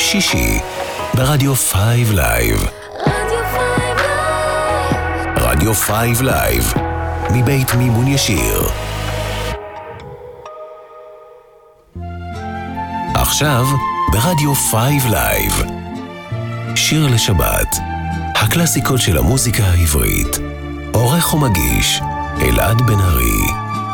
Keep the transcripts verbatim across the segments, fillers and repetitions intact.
שישי ברדיו פייב לייב. רדיו פייב לייב מבית מימון ישיר. עכשיו ברדיו פייב לייב שיר לשבת, הקלאסיקות של המוזיקה העברית. עורך ומגיש אלעד בן ארי.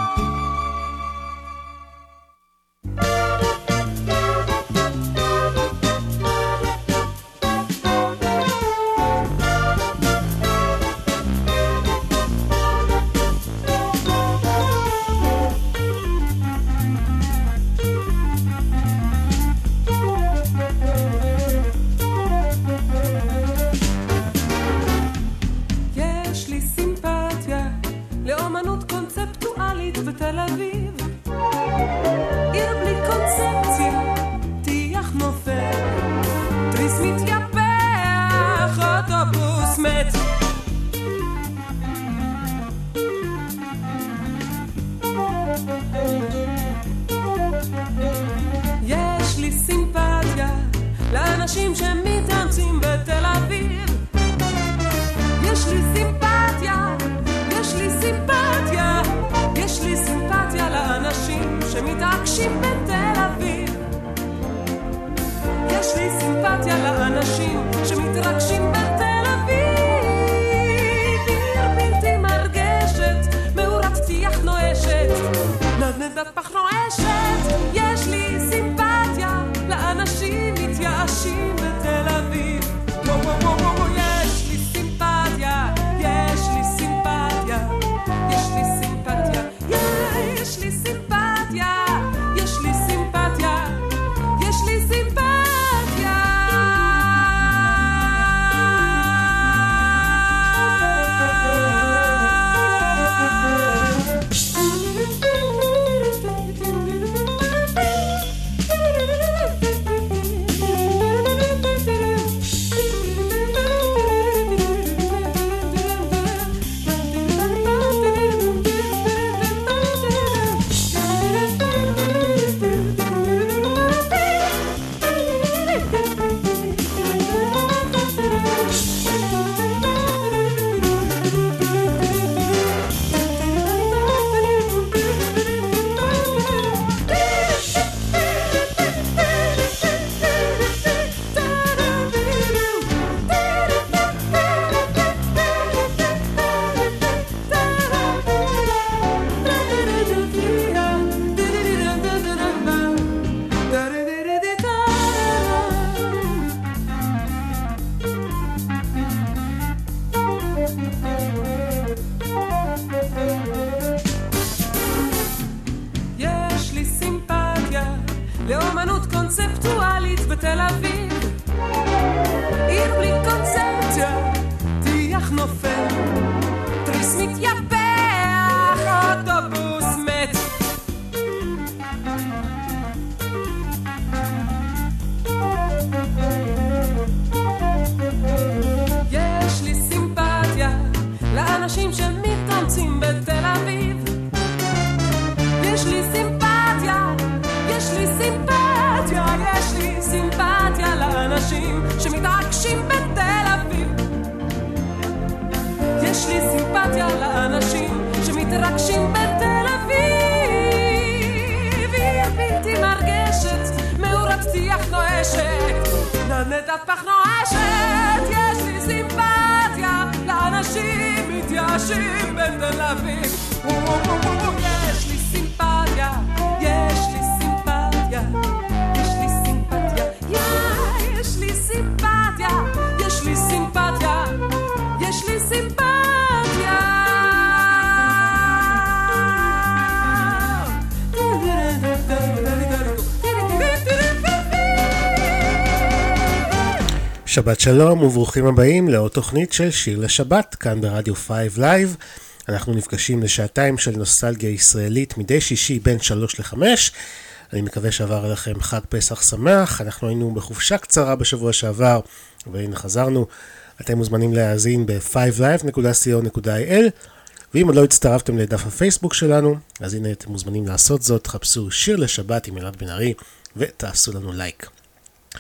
שבת שלום וברוכים הבאים לעוד תוכנית של שיר לשבת, כאן ברדיו פייב לייב. אנחנו נפגשים לשעתיים של נוסטלגיה ישראלית מדי שישי בין שלוש לחמש. אני מקווה שעבר לכם חג פסח שמח. אנחנו היינו בחופשה קצרה בשבוע שעבר, והנה חזרנו. אתם מוזמנים להאזין ב-פייב לייב נקודה סי או נקודה איי אל, ואם עוד לא הצטרפתם לדף הפייסבוק שלנו, אז הנה אתם מוזמנים לעשות זאת. חפשו שיר לשבת עם אלעד בן ארי ותעשו לנו לייק.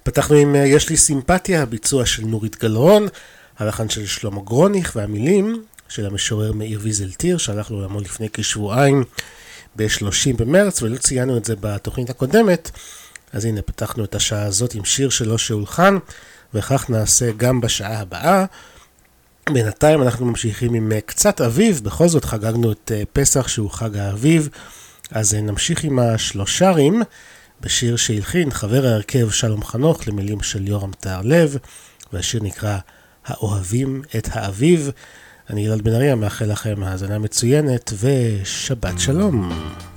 פתחנו עם יש לי סימפתיה, הביצוע של נורית גלרון, הלחן של שלמה גרוניך והמילים של המשורר מאיר ויזלטיר, שהלך לעולמו לפני כשבועיים ב-שלושים במרץ, ולא ציינו את זה בתוכנית הקודמת. אז הנה, פתחנו את השעה הזאת עם שיר שלו שהולחן, וכך נעשה גם בשעה הבאה. בינתיים אנחנו ממשיכים עם קצת אביב, בכל זאת חגגנו את פסח שהוא חג האביב, אז נמשיך עם השלושרים, בשיר שהלחין חבר ההרכב שלום חנוך למילים של יורם טהרלב, והשיר נקרא האוהבים את האביב. אני ילד בן אריה, מאחל לכם האזנה מצוינת ושבת שלום.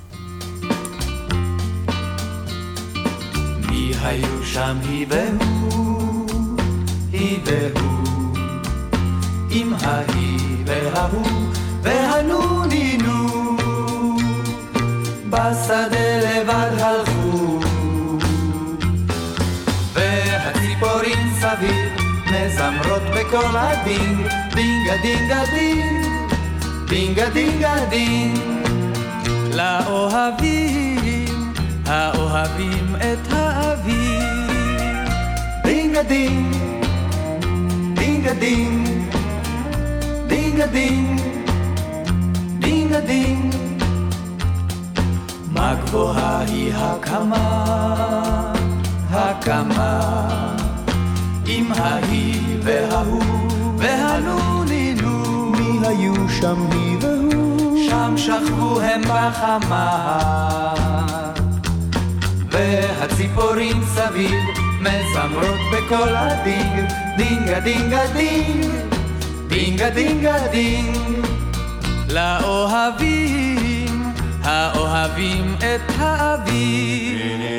מי היו שם היא והוא, היא והוא, עם ההיא וההוא והנונינו, בשדה לבד הלכו, והציפורים סביב מזמרות בכל הדינג, דינגה דינגה דינג, דינגה דינגה דינג. לאוהבים, האוהבים את האביב, דינגה דינג, דינגה דינג, דינגה דינג, דינגה דינג. מה גבוהה היא הקמה, הקמה, עם ההיא וההוא והנונינו. מי היו שם היא והוא? שם שכבו הם בחמה, והציפורים סביב מזמרות בכל הדינג, דינגה דינגה דינג, דינגה דינגה דינג. לאוהבים, האוהבים את האביב,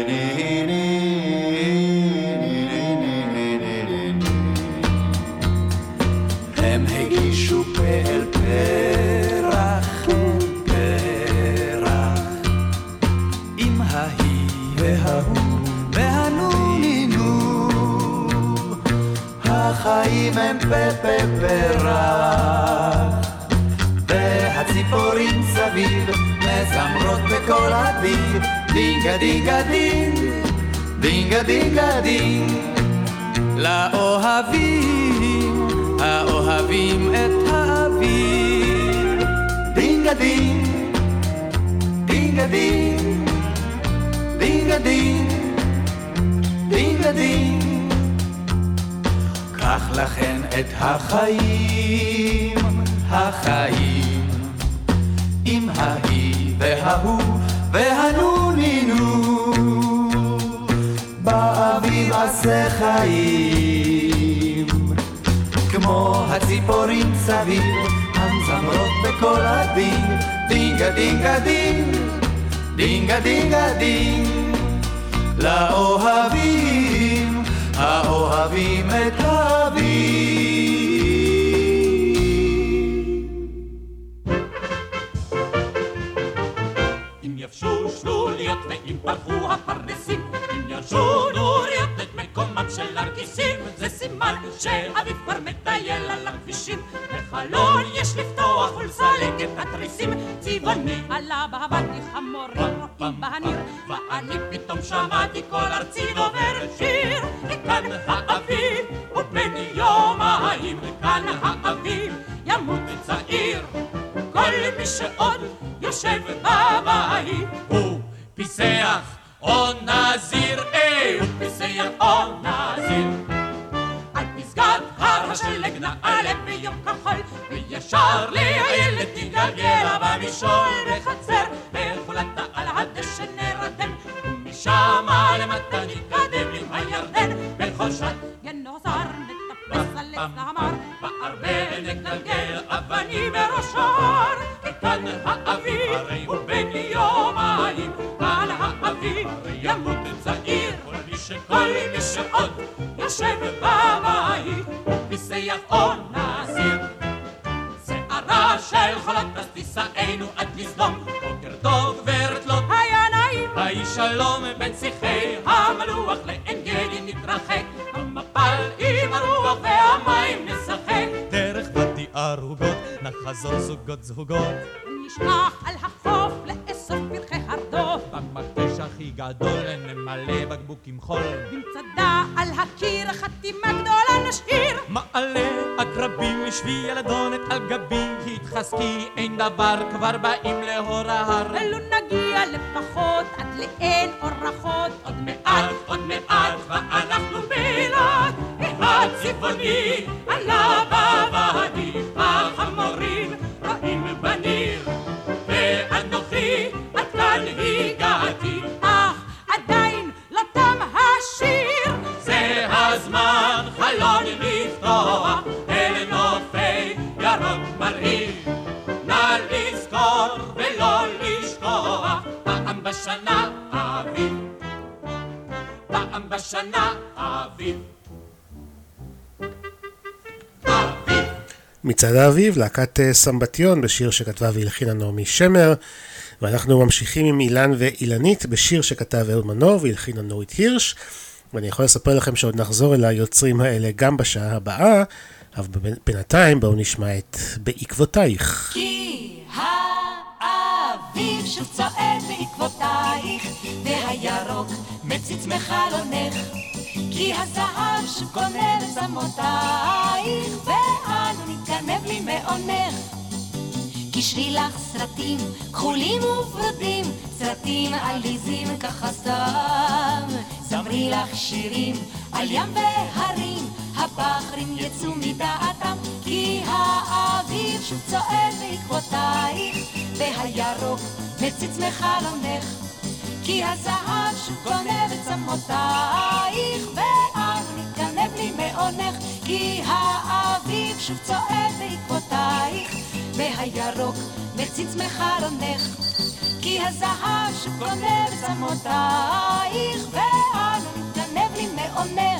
הם הגישו פעל פרח, פרח, עם ההיא וההוא והנונינו. החיים הם פפה פרח, והציפורים סביב מזמרות בכל הדינג, דינגה דינגה דינג, דינגה דינגה דינג. לאוהבים, האוהבים את האביב, דינגה דינג, דינגה דינג, דינגה דינג, דינגה דינג. קח לכן את החיים, החיים, עם ההיא וההוא והנונינו, באביב עשה חיים, כמו הציפורים סביב המזמרות בכל הדינג, דינגה דינגה דינג, דינגה דינגה דינג. לאוהבים, האוהבים את האביב. ואם פרחו הפרדסים, אם ירשו נוריות את מקומם של הרקיסים, זה סימן שאביב כבר מטייל על הכבישים. בחלון יש לפתוח ולסלק את התריסים, צבעוני עלה בהבתי חמורים רואים בהניר, ואני פתאום שמעתי כל ארצי דובר שיר. כאן האביב ובן יומיים, כאן האביב ימות צעיר. כל מי שעוד יושב בבית הוא פיסח או נזיר, אה, הוא פיסח או נזיר. על פסגת הר השלג נעלה ביום כחול, וישר לילד תגלגל במשול בחצר, בחולתה על הדשא נרדם, ומשם למטה נתקדם עם הירדן. בכל שעת ינוזר נטפס על עץ המר, בערבה נגלגל אבנים בראשון. כי כאן האביב ובן יומיים, כאן האביב ימות צעיר. כל מי שעוד יושב בבית הוא פיסח או נזיר. שערה של חולת אז תישאנו עד לסדום, בוקר טוב גברת לוט היה נעים, היי שלום בין שיחי המלוח לעין גדי נתרחק, המפל עם הרוח והמים נשחק. דרך בתי ערוגות נחזור זוגות זוגות, נשלח על החוף לאסוף פרחי הרדוף, במקדש הכי הכי גדול, נמלא בקבוק עם חול. במצדה על הקיר חתימה גדולה נשאיר. מעלה עקרבים לשבי ילדונת על גבי. התחזקי אין דבר כבר באים לאור ההר. אלו נגיע לפחות עד לאין אורחות. עוד מעט, עוד מעט ואנחנו בלעד הצבעוני עלה בוואדי החמורים רואים בניר ואנוכי עד כאן הגעתי אך עדיין לא תם השיר. זה הזמן חלון לפתוח אל נופי ירוק מרהיב. נא לזכור ולא לשכוח פעם בשנה אביב, פעם בשנה אביב. מצעד האביב, להקת סמבטיון בשיר שכתבה והלחינה נעמי שמר, ואנחנו ממשיכים עם אילן ואילנית בשיר שכתב אהוד מנור והלחינה נורית הירש, ואני יכול לספר לכם שעוד נחזור אל היוצרים האלה גם בשעה הבאה, אבל בינתיים בואו נשמע את בעקבותייך. כי האביב שוב צועד בעקבותייך, והירוק מציץ מחלונך, כי הזהב שוב קונה לצמותייך, ואנו נתגנב לי מעונך. קשרי לך סרטים כחולים וורדים, סרטים עליזים ככה סתם, זמרי לך שירים על ים והרים, הבחרים יצאו מדעתם, כי האביב שוב צועד בעקבותייך, והירוק מציץ מחלונך, כי הזהב שוב קונה בצמותייך, ואנו נתגנב לי מעונך. כי האביב שוב צועד בעקבותייך, והירוק מציץ מחלונך, כי הזהב שוב קונה בצמותייך, ואנו נתגנב לי מעונך.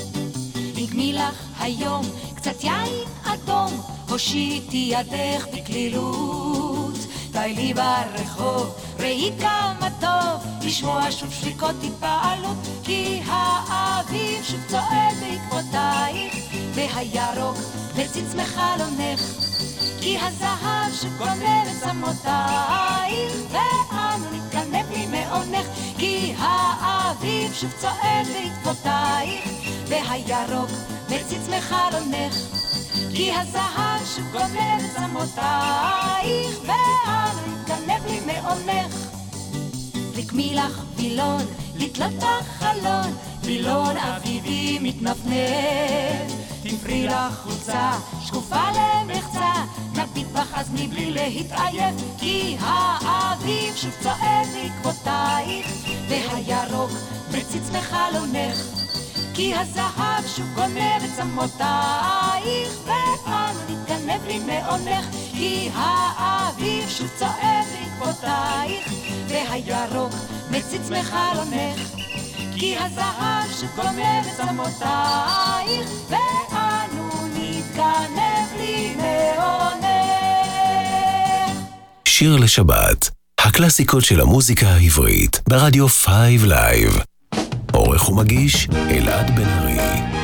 נגמי לך היום קצת יין אדום, הושיטי ידך בקלילות, די לי ברחוב ראי כמה טוב, לשמוע שוב שריקות התפעלות, כי האביב שוב צועד בעקבותייך, והירוק מציץ מחלונך, כי הזהב שוב קונה לצמותייך, ואנו נתגנב לי מעונך. כי האביב שוב צועד בעקבותייך, והירוק מציץ מחלונך, כי הזהב שוב קונה לצמותייך, ואנו נתגנב לי מעונך. רקמי לך וילון לתלות בחלון, וילון אביבי מתנפנף, תפרי לך חולצה שקופה למחצה, נביט בך אז מבלי להתעייף, כי האביב שוב צועד בעקבותייך, והירוק מציץ מחלונך, כי הזהב שוב קונה בצמותייך, ואנו נתגנב לי מעונך. כי האביב שוב צועד בעקבותייך, והירוק מציץ מחלונך, כי הזהב שוב קונה בצמותייך, ואנו נתגנב לי מעונך. שיר לשבת, הקלאסיקות של המוזיקה העברית ברדיו פייב לייב. עורך ומגיש אלעד בן ארי.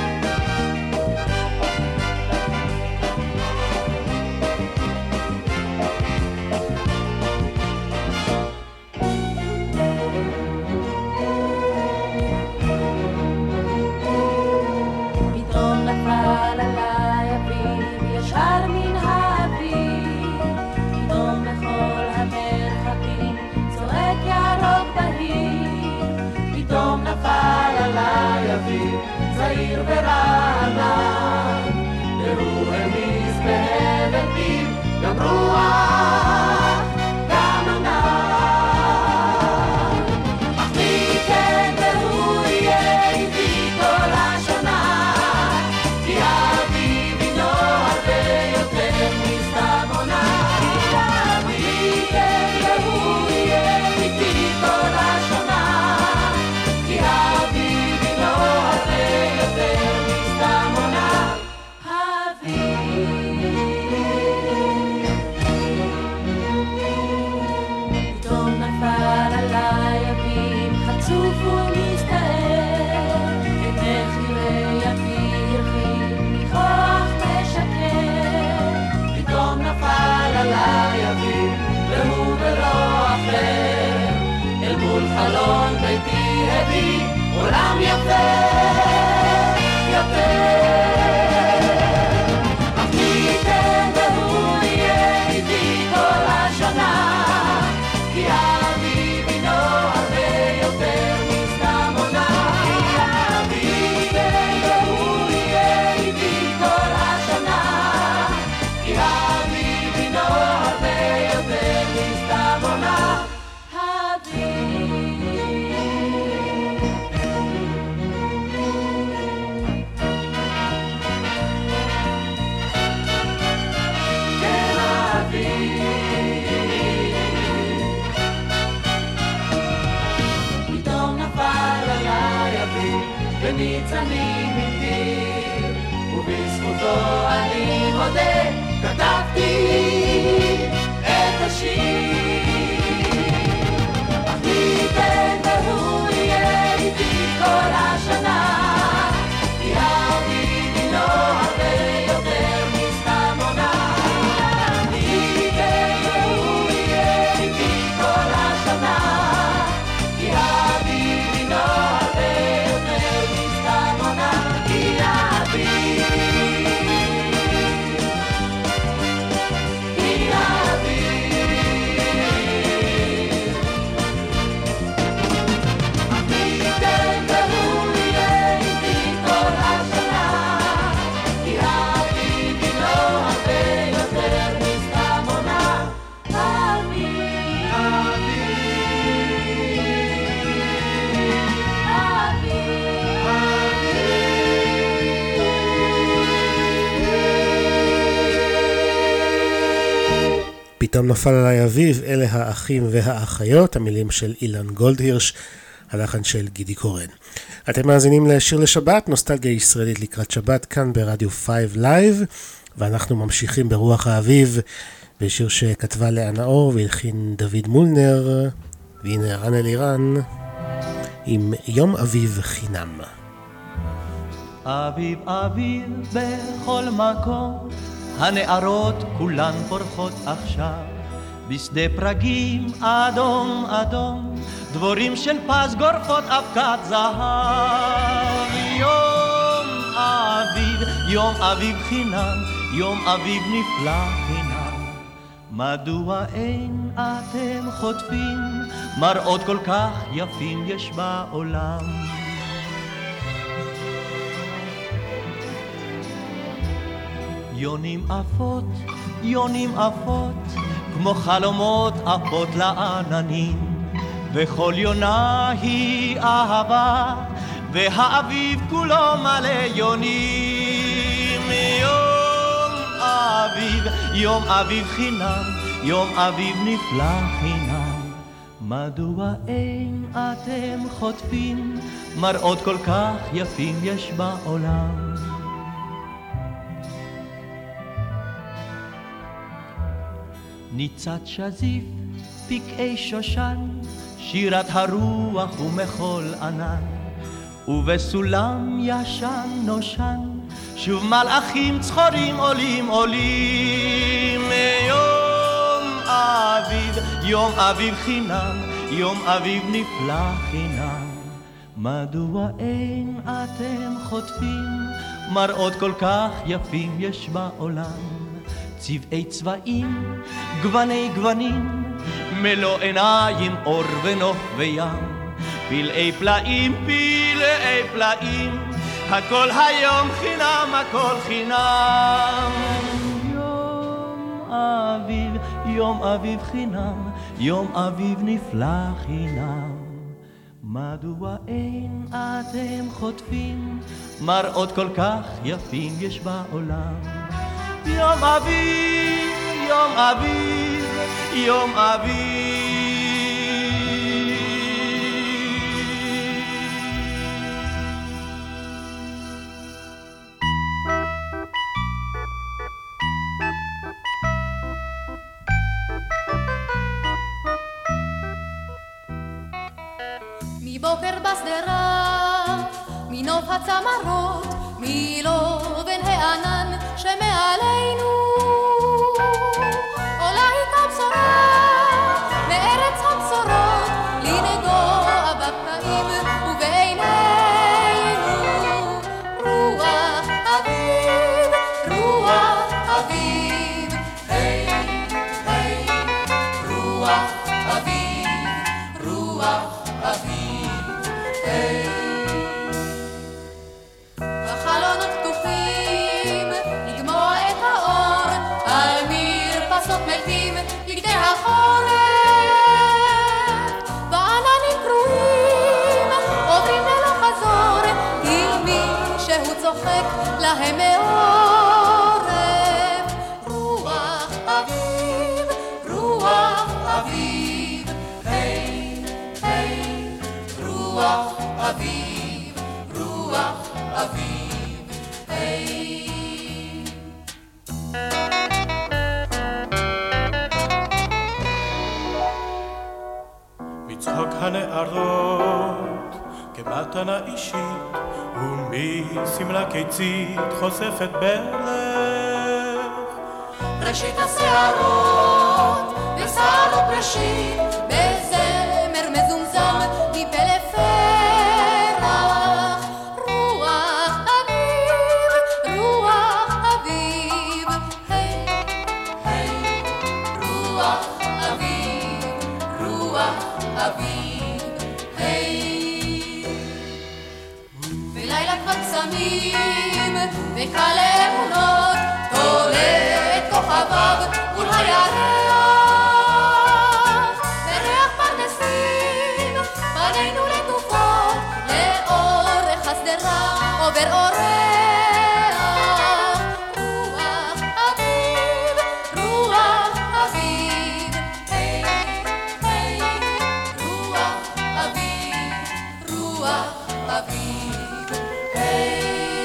צעיר ורענן, והוא המיס בהבלתים, גם רוח, גם ענן. אך מי כן והוא יהיה איתי כל השנה, כי אביב אינו הרבה יותר מסתם עונה. מי כן והוא יהיה איתי כל השנה, כי אביב אינו הרבה יותר מסתם עונה. פתאום נפל עליי אביב חצוף ומסתער, עינך יראה אביב ירחיב מכוח משקר. פתאום נפל עליי אביב והוא ולא אחר, אל מול חלום חלון ביתי הביא עולם יפה יותר. אך מי ייתן והוא יהיה איתי כל השנה, כי אביב אינו הרבה יותר מסתם עונה. כי אביב והוא יהיה איתי כל השנה, כי אביב אינו הרבה יותר מסתם עונה. וניצנים איתי, ובזכותו אני מודה, כתבתי את השיר. אך מי ייתן והוא יהיה איתי כל השנה, כי אביב אינו הרבה יותר מסתם עונה. מי ייתן והוא יהיה איתי כל השנה, כי אביב אינו הרבה פתאום נפל עליי אביב, אלה האחים והאחיות, המילים של אילן גולדהירש, הלחן של גידי קורן. אתם מאזינים לשיר לשבת, נוסטלגיה ישראלית לקראת שבת, כאן ברדיו פייב לייב, ואנחנו ממשיכים ברוח האביב, בשיר שכתבה לאה נאור והלחין דוד מולנר, והנה רן אלירן, עם יום אביב חינם. אביב אביב בכל מקום, הנערות כולן פורחות עכשיו, בשדה פרגים אדום אדום, דבורים של פז גורפות אבקת זהב. יום אביב, יום אביב חינם, יום אביב נפלא חינם. מדוע אין אתם חוטפים, מראות כל כך יפים יש בעולם. יונים עפות, יונים עפות, כמו חלומות עפות לעננים, וכל יונה היא אהבה, והאביב כולו מלא יונים. יום אביב, יום אביב חינם, יום אביב נפלא חינם. מדוע אין אתם חוטפים, מראות כל כך יפים יש בעולם. ניצת שזיף, פקעי שושן, שירת הרוח ומחול ענן, ובסולם ישן נושן, שוב מלאכים צחורים עולים עולים. יום אביב, יום אביב חינם, יום אביב נפלא חינם. מדוע אין אתם חוטפים, מראות כל כך יפים יש בעולם. צבעי צבעים, גווני גוונים, מלוא עיניים, אור ונוף וים, פלאי פלאים, פלאי פלאים, הכל היום חינם, הכל חינם. יום אביב, יום אביב חינם, יום אביב נפלא חינם. מדוע אין אתם חוטפים, מראות כל כך יפים יש בעולם. יום אביב, יום אביב, יום אביב. מבוקר בשדרה, מנוף הצמרות, מלובן הענן שמעלינו, עולה איתה בשורה מארץ הבשורות, לנגוע בפ רוח אביב, היי. החלונות פתוחים, לגמוע את האור, על מרפסות מתים, בגדי החורף, ועננים קרועים, עוברים ללא חזור, עם מי שהוא צוחק להם מעורף. רוח אביב, רוח אביב, היי, היי, רוח אביב, רוח אביב, היי. מצחוק הנערות כמתנה אישית ומסמלה קיצית חושפת ברך ראשית השערות ושערות ראשית בזמר מזומזם מפלא פרח. רוח אביב, רוח אביב, היי, היי, רוח אביב, רוח אביב, היי. ולילה כבר קסמים וקל אמונות תולה את כוכביו מול הירח, וריח פרדסים פנינו לטופות לאורך השדרה עובר אורח. רוח אביב, רוח אביב, היי, היי, רוח אביב, רוח אביב, היי.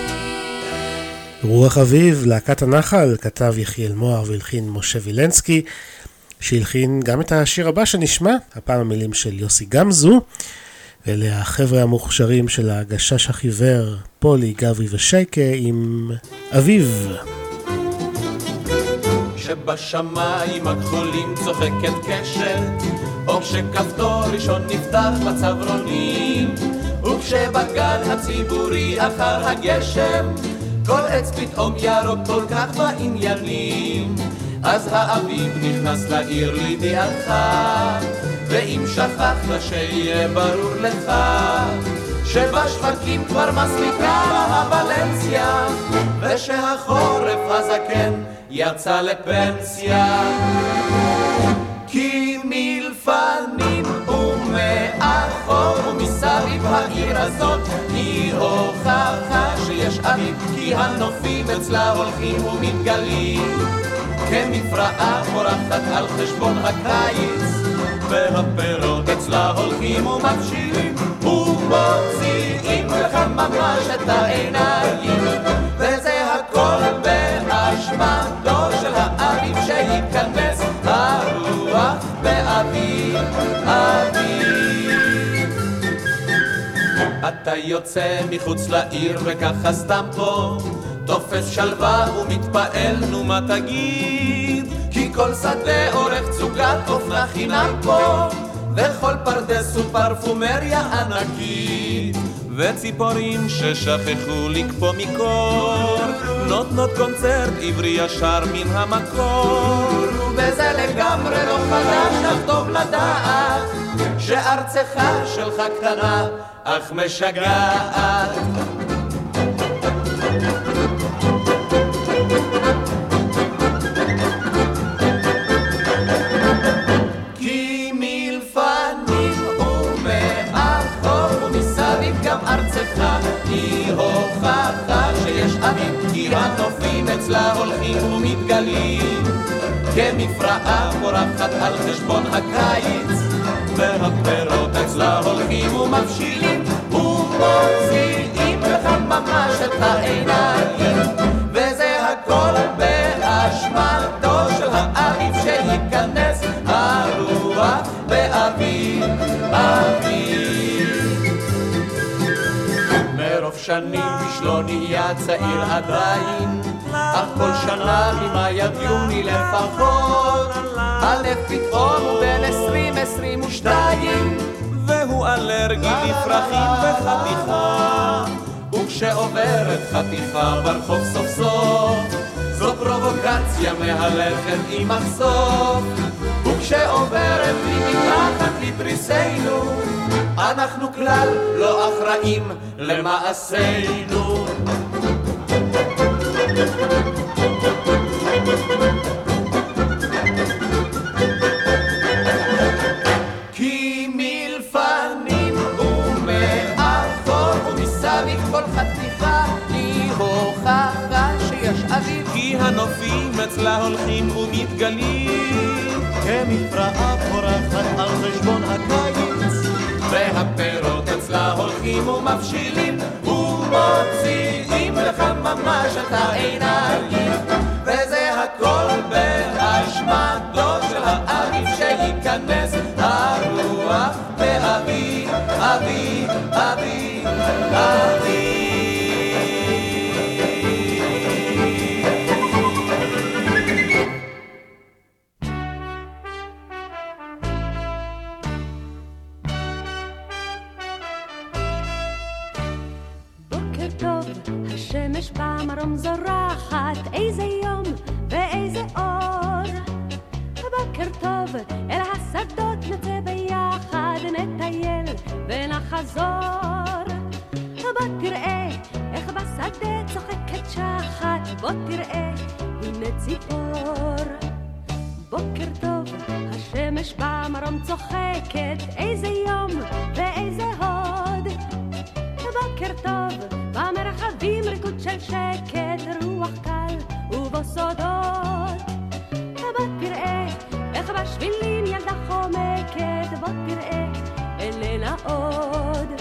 רוח אביב, להקת הנחל, כתב יחיאל מוהר והלחין משה וילנסקי, שהלחין גם את השיר הבא שנשמע, הפעם המילים של יוסי גמזו, ואלה החבר'ה המוכשרים של הגשש החיוור, פולי, גבי ושייקה עם אביב. שבשמיים הכחולים צוחקת קשת, או כשכפתור ראשון נפתח בצברונים, וכשבגן הציבורי אחר הגשם כל עץ פתאום ירוק כל כך בעניינים, אז האביב נכנס לעיר לידיעתך, ואם שכחת שיהיה ברור לך שבשווקים כבר מספיקה הוולנסיה, ושהחורף הזקן יצא לפנסיה. כי מלפנים ומאחור ומסביב העיר הזאת היא הוכחה שיש אביב, כי הנופים אצלה הולכים ומתגלים כמפרעה פורחת על חשבון הקיץ, והפירות אצלה הולכים ומבשילים ומוציאים לך ממש את העיניים, וזה הכל באשמתו של האביב שייכנס הרוח באביב, אביב. אתה יוצא מחוץ לעיר וככה סתם פה תופס שלווה ומתפעל, נו מה תגיד, כי כל שדה עורך צוגת אופנה חינם פה, וכל פרדס ופרפומריה ענקית, וציפורים ששכחו לקפוא מקור נותנות קונצרט עברי ישר מן המקור. וזה לגמרי לא חדש, אך טוב לדעת שארצך שלך קטנה אך משגעת. כי מלפנים ומאחור ומסביב גם ארצך היא הוכחה שיש אביב, כי הנופים אצלה הולכים ומתגלים כמפרעה פורחת על חשבון הקיץ, והפירות אצלה הולכים ומבשילים ומוציאים לך ממש את העיניים, וזה הכל באשמתו של האביב שייכנס הרוח באביב, אביב. מרוב שנים איש לא נהיה צעיר עדיין, אך כל שנה ממאי עד יוני לפחות הלב פתאום הוא בין עשרים עשרים ושתיים, והוא אלרגי לפרחים וחתיכה, וכשעוברת חתיכה ברחוב סוף סוף זו פרובוקציה מהלכת עם מחשוף, וכשעוברת היא מתחת לפריסנו אנחנו כלל לא אחראים למעשינו. כי מלפנים ומאחור ומסביב כל חתיכה היא הוכחה שיש אביב. כי הנופים אצלה הולכים ומתגלים כמפרעה פורחת על חשבון הקיץ, והפירות אצלה הולכים ומבשילים ומוציאים לך ממש את העיניים. וזה הכל באשמתו של האביב שייכנס הרוח באבי, אבי, אבי, אבי. השמש במרום זורחת, איזה יום ואיזה אור. בוקר טוב, אל השדות נצא ביחד, נטייל ונחזור. בוא תראה איך בשדה צוחקת שחת, בוא תראה הנה ציפור. בוקר טוב, השמש במרום צוחקת, איזה יום ואיזה הוד. בוקר טוב, במרחבים ריקוד של שקט, רוח קל ובו סודות. בוא תראה איך בשבילים ילדה חומקת, בוא תראה אלינה עוד.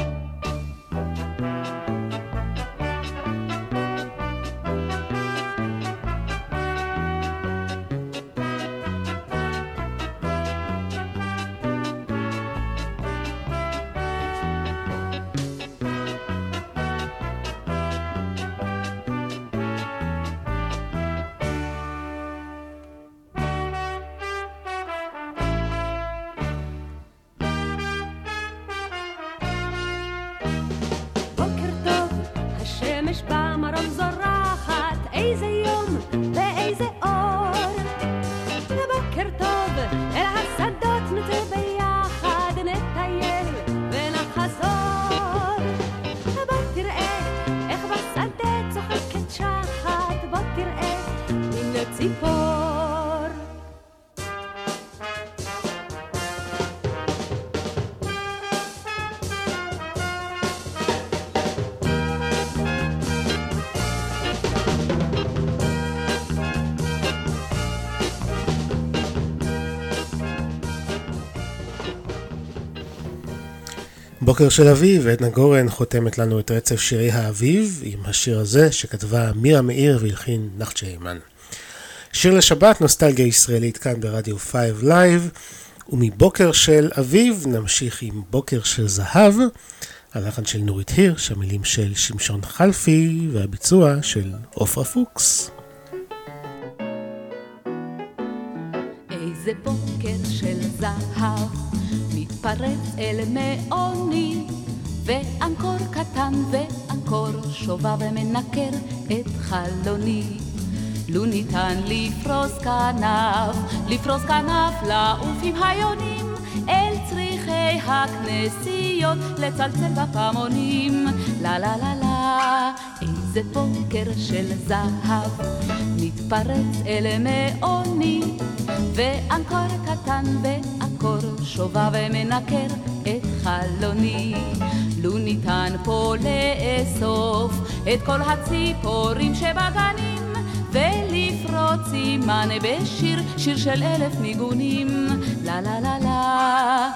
בוקר של אביב, עדנה גורן חותמת לנו את רצף שירי האביב עם השיר הזה שכתבה מירה מאיר והלחין נחצ'ה הימן. שיר לשבת, נוסטלגיה ישראלית כאן ברדיו פייב לייב, ומבוקר של אביב נמשיך עם בוקר של זהב, הלחן של נורית הירש, המילים של שמשון חלפי והביצוע של עופרה פוקס. איזה בוקר של זהב מתפרץ אל מעוני, ואנקור קטן ואנקור שובה ומנקר את חלוני. לו ניתן לפרוס כנף, לפרוס כנף לעוף עם היונים אל צריכי הכנסיות, לצלצל בפעמונים. לה לה לה לה, איזה בוקר של זהב מתפרץ אל מעוני, ואנקור קטן ואנקור שובה ומנקר את חלוני. לו ניתן פה לאסוף את כל הציפורים שבגנים, ולפרוץ עימן בשיר, שיר של אלף ניגונים. לה לה לה לה.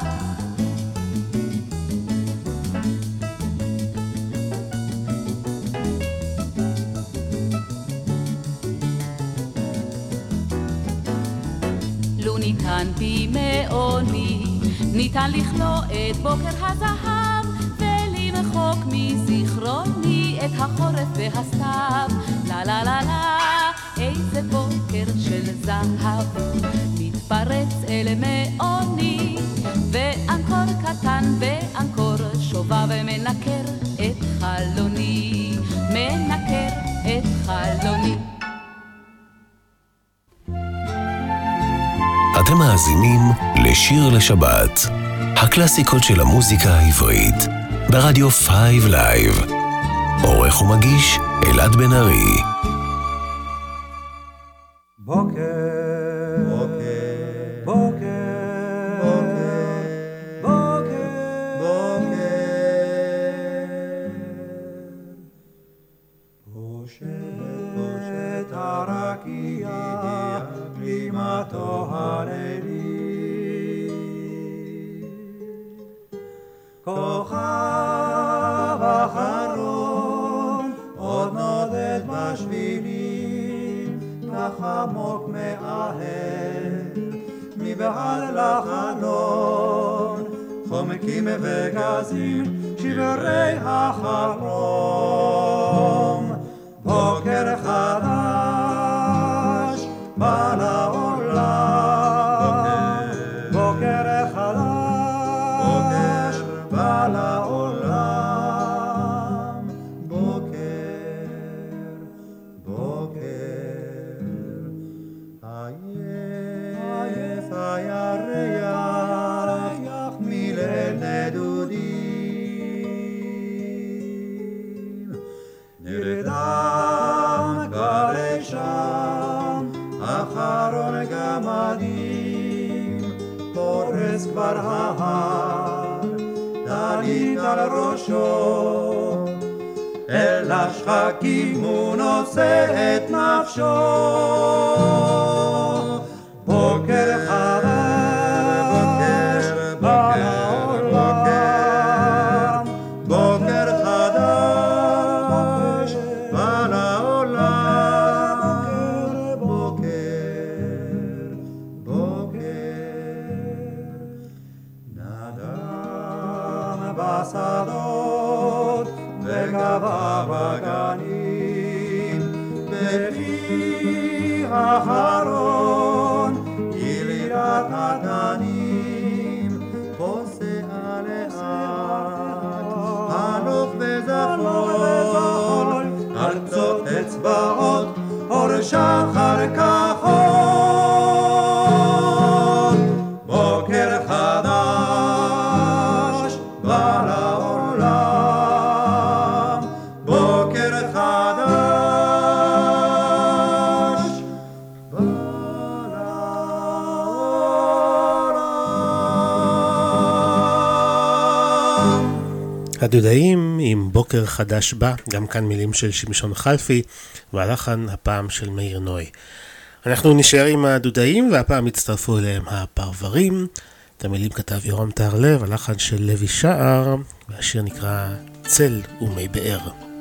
לו ניתן במעוני, ניתן לכלוא את בוקר הזהב, ולמחוק מזיכרוני את החורף והסתיו. לה לה לה לה, איזה בוקר של זהב מתפרץ אל מעוני, ואנקור קטן ואנקור שובה ומנקר את חלוני, מנקר את חלוני. אתם מאזינים לשיר לשבת, הקלאסיקות של המוזיקה העברית, ברדיו פייב לייב. עורך ומגיש אלעד בן ארי. בוקר, בוקר, בוקר, בוקר, בוקר, פושט הרקיע, גלימתו הלילי, כוכב אחרון עוד נודד בשבילים, כך עמוק מאהל מבעד לחלון, חומקים וגזים שברי החלום. בוקר חדש בא לעולם, בוקר חדש בא לעולם, בוקר, בוקר, עייף הירח מליל נדודים, נרדם גלי שם אחרון גמדים, פורס כבר ההר דלית על ראשו, אל השחקים הוא נושא את נפשו. בוקר חדש בא לעולם, בוקר חדש בא לעולם, בוקר, בוקר, נדם בשדות וגבה בגנים, בפי האחרון ילידת התנים, פוסע לאט הלוך וזחול, על קצות אצבעות אור שחר כחול. בוקר חדש בא לעולם, בוקר חדש בא לעולם. הדודאים עם בוקר חדש בא, גם כאן מילים של שמשון חלפי, והלחן הפעם של מאיר נוי. אנחנו נשאר עם הדודאים, והפעם הצטרפו אליהם הפרברים. את המילים כתב יורם טהרלב, הלחן של לוי שער, והשיר נקרא צל ומי באר.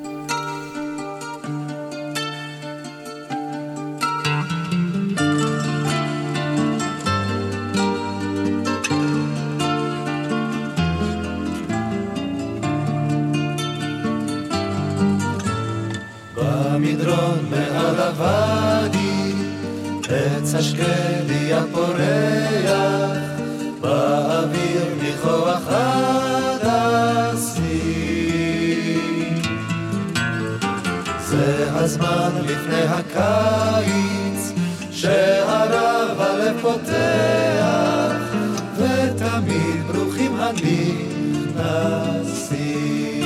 במדרון מעל הוואדי, עץ השקדי הפורח, באוויר ניחוח עד השיא. זה הזמן לפני הקיץ, שהרב הלב פותח, ותמיד ברוכים הנכנסים.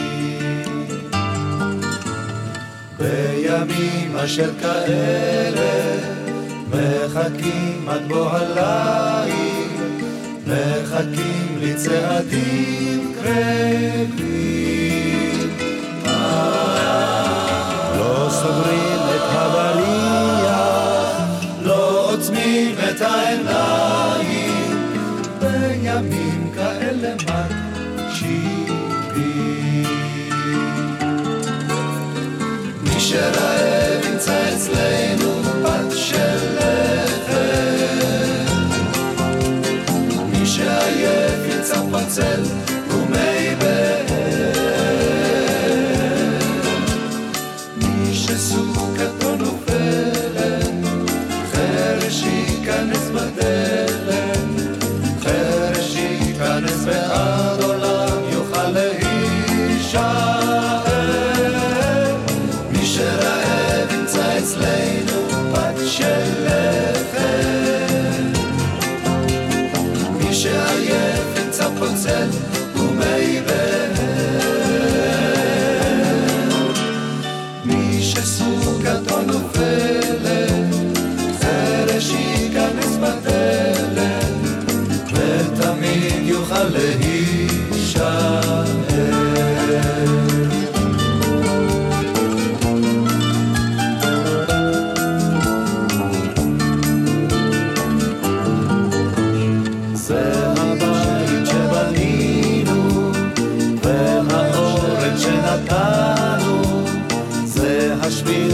בימים אשר כאלה מחכים עד בוא הליל, מחכים לצעדים קרבים. לא סוגרים את הבליח, לא עוצמים את העיניים, בימים כאלה מקשיבים. מי שרעב ימצא אצלנו פת של לחם, מי שעייף ימצא פצל ומי באר, מי שסוכתו נופלת חרש ייכנס בדלת, חרש ייכנס ועד עולם יוכל להישאר. מי שרעב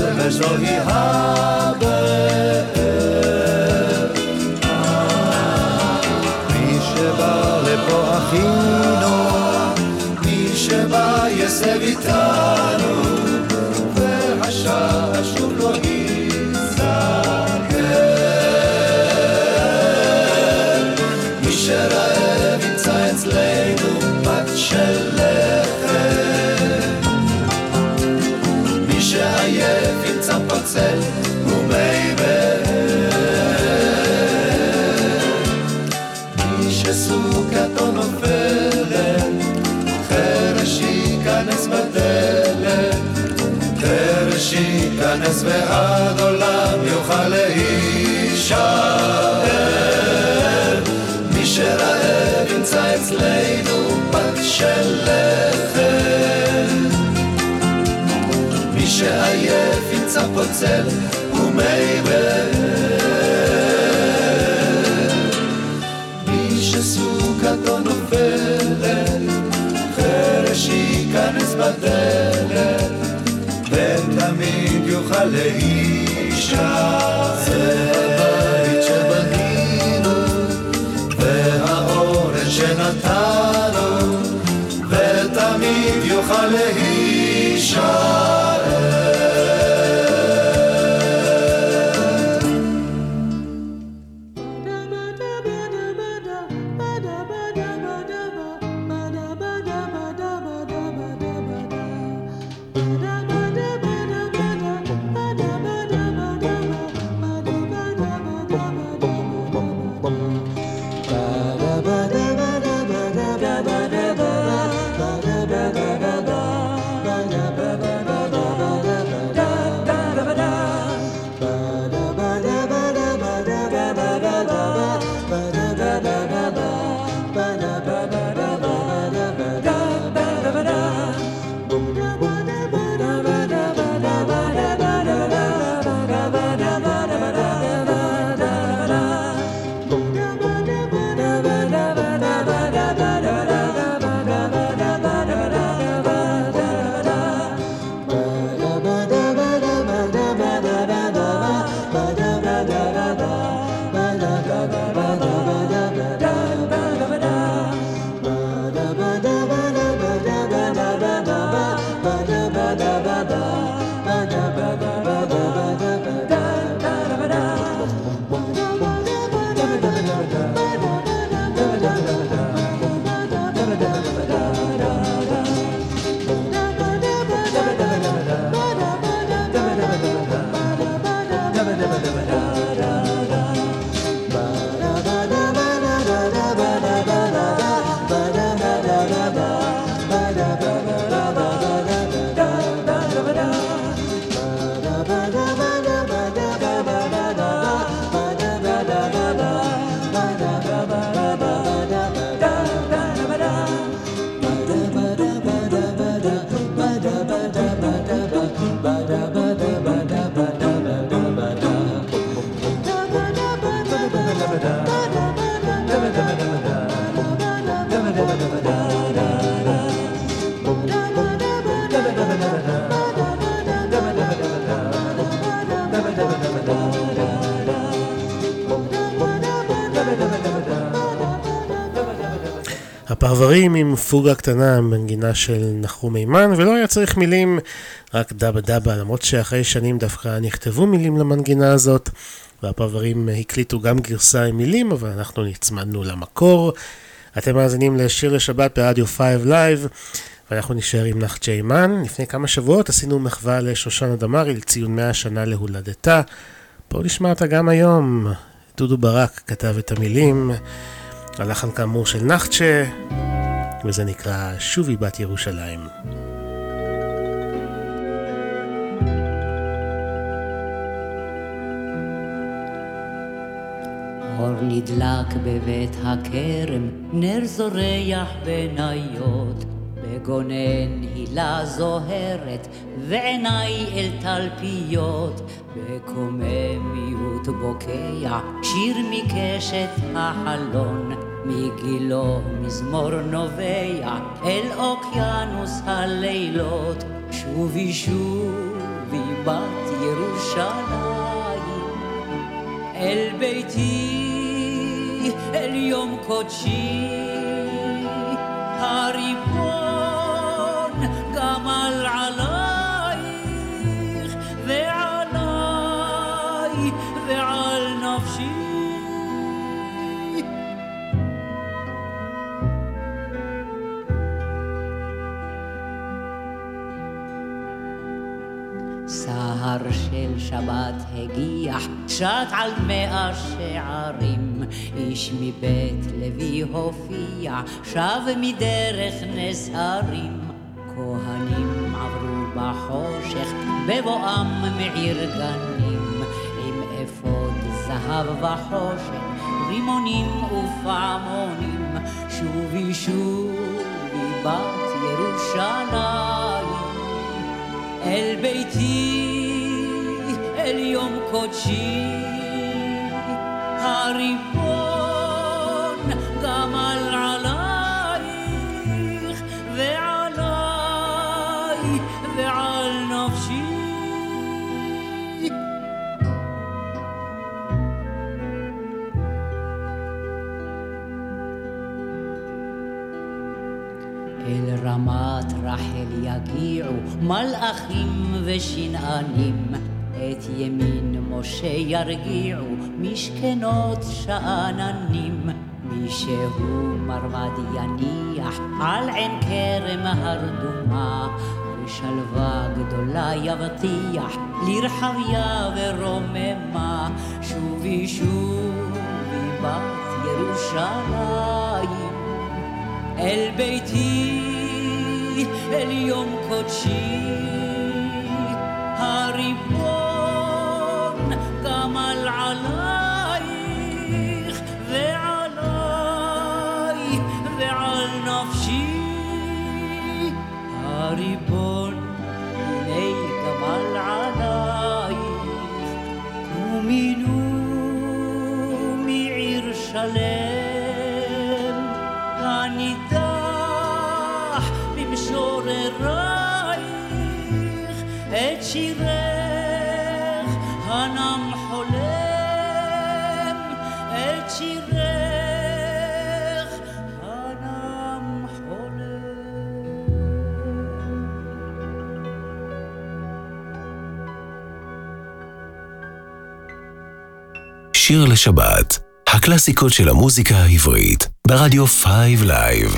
וזוהי הבאר. מי שבא לפה אחינו, מי שבא יסב איתנו, והשעה שוב לא ייזכר. מי שרעב ימצא אצלנו בת של לחם, מי שעייף ימצא פרצל ומי באר. מי שסוכתו נופלת, חרש ייכנס בדלת, חרש ייכנס ועד עולם יוכל להישאר. מי שרעב ימצא אצלנו בת של לחם, מי שעייף ימצא פוצל ומי באר. מי שסוכתו נופלת, חרש ייכנס בדלת, ותמיד יוכל להישאר. זה הבית שבנינו והאורן שנתנו, ותמיד יוכל להישאר. הפרברים עם פוגה קטנה, מנגינה של נחום מימן, ולא היה צריך מילים, רק דאבה דאבה, למרות שאחרי שנים דווקא נכתבו מילים למנגינה הזאת, והפרברים הקליטו גם גרסה עם מילים, אבל אנחנו נצמדנו למקור. אתם מאזינים לשיר לשבת ברדיו פייב לייב, ואנחנו נשאר עם נחצ'ה אימן. לפני כמה שבועות עשינו מחווה לשושנה דמארי לציון מאה שנה להולדתה. בואו נשמע אותה גם היום. דודו ברק כתב את המילים, הלחן כאמור של נחצ'ה, וזה נקרא שובי בת ירושלים. אור נדלק בבית הכרם, נר זורח בניות, בגונן הילה זוהרת, ועיניי אל תלפיות, בקוממיות בוקע, שיר מקשת החלון, מגילו מזמור נובע, אל אוקיינוס הלילות, שובי שובי בת ירושלים, אל ביתי, אל יום קודשי, הריבון גמל עלייך ועליי ועל נפשי. סהר של שבת הגיע, שט על מאה שערים, איש מבית לוי הופיע, שב מדרך נסערים. כהנים עברו בחושך, בבואם מעיר גנים, עם אפוד זהב וחושן, רימונים ופעמונים. שובי שובי בת ירושלים, אל ביתי, אל יום קודשי, הריבון גמל עלייך ועליי ועל נפשי. אל רמת רחל יגיעו מלאכים ושנענים, את ימין משה ירגיעו משכנות שאננים. מי שהוא מרמד יניח על עין כרם הרדומה, ושלווה גדולה יבטיח לרחביה ורוממה. שובי שובי בת ירושלים, אל ביתי, אל יום קודשי, הריבון גמל עלייך ועליי ועל נפשי. הריבון הנה גמל עלייך, ומינו מעיר שלם הנידח במשוררייך, את שירך הנם חולם, את שירך הנם חולם. שיר לשבת, הקלאסיקות של המוזיקה העברית, ברדיו פייב לייב.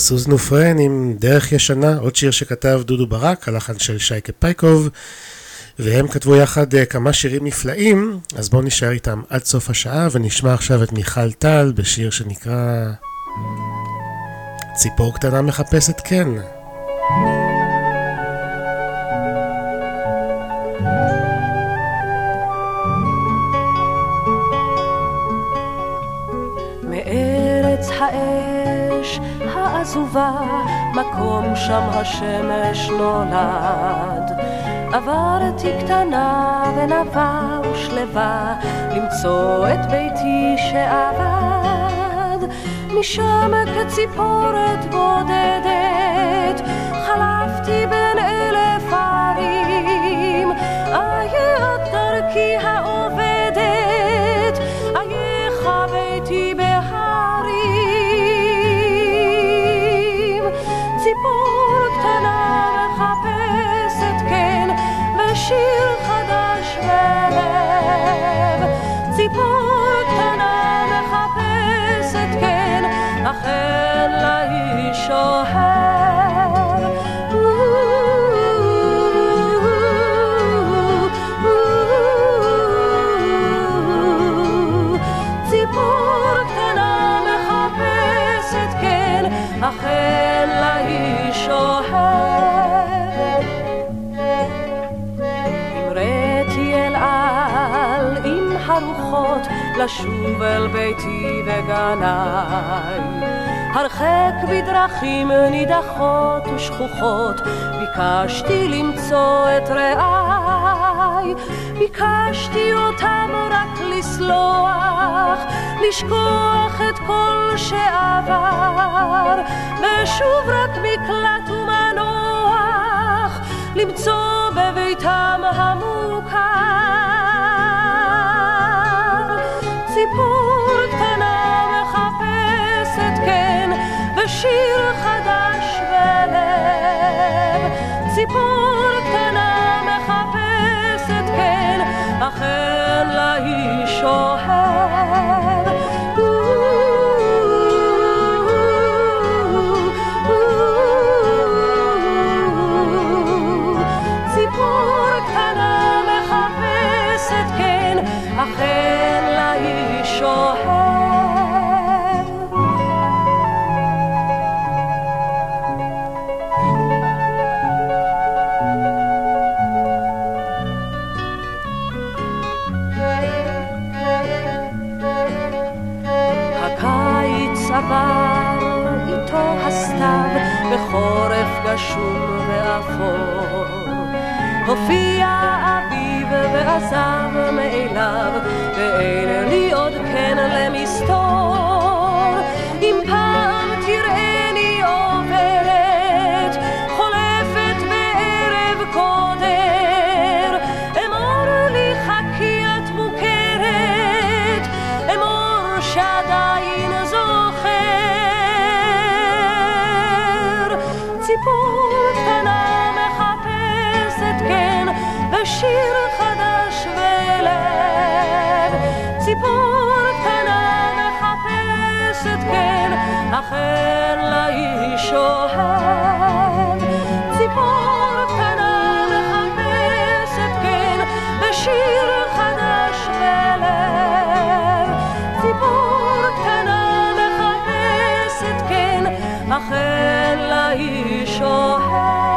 סוזנו פרן עם דרך ישנה, עוד שיר שכתב דודו ברק, הלחן של שייקה פייקוב, והם כתבו יחד כמה שירים נפלאים, אז בואו נשאר איתם עד סוף השעה, ונשמע עכשיו את מיכל טל בשיר שנקרא ציפור קטנה מחפשת כן. מארץ האש העזובה, מקום שם השמש נולד, עברתי קטנה ונבה ושלווה, למצוא את ביתי שאבד. משם כציפורת בודדת, חלפתי בין אלף ערים, איה את דרכי העובדת, אייך ביתי בהרים. ציפור קטנה מחפשת כן, בשיר חדש בלב. ציפור קטנה מחפשת כן, אכן לאיש אוהב. ציפור קטנה מחפשת כן, אכן לאיש אוהב. המראתי אל על עם הרוחות, לשוב אל ביתי וגניי, הרחק בדרכים נידחות ושכוחות, ביקשתי למצוא את רעיי, ביקשתי אותם רק לסלוח, לשכוח את כל שעבר, ושוב רק מקלט ומנוח, למצוא בביתם המוכר. ציפור קטנה מחפשת כן, ושיר חדש בלב. ציפור קטנה מחפשת כן, אכן לאיש אוהב. ציפור קטנה מחפשת כן, אכן לאיש אוהב. הקיץ עבר איתו הסתיו, בחורף גשום ואפור, הופיע אביב ועזב מאליו, ואין לי עוד כן למסתור. אם פעם תראיני עוברת, חולפת בערב קודר, אמור לי חכי את מוכרת, אמור שעדיין זוכר. ציפור קטנה מחפשת כן, ושיר חדש ולב. ציפור קטנה מחפשת כן, אכן לאיש אוהב. ציפור קטנה מחפשת כן, ושיר חדש ולב. ציפור קטנה מחפשת כן, אכן לאיש אוהב.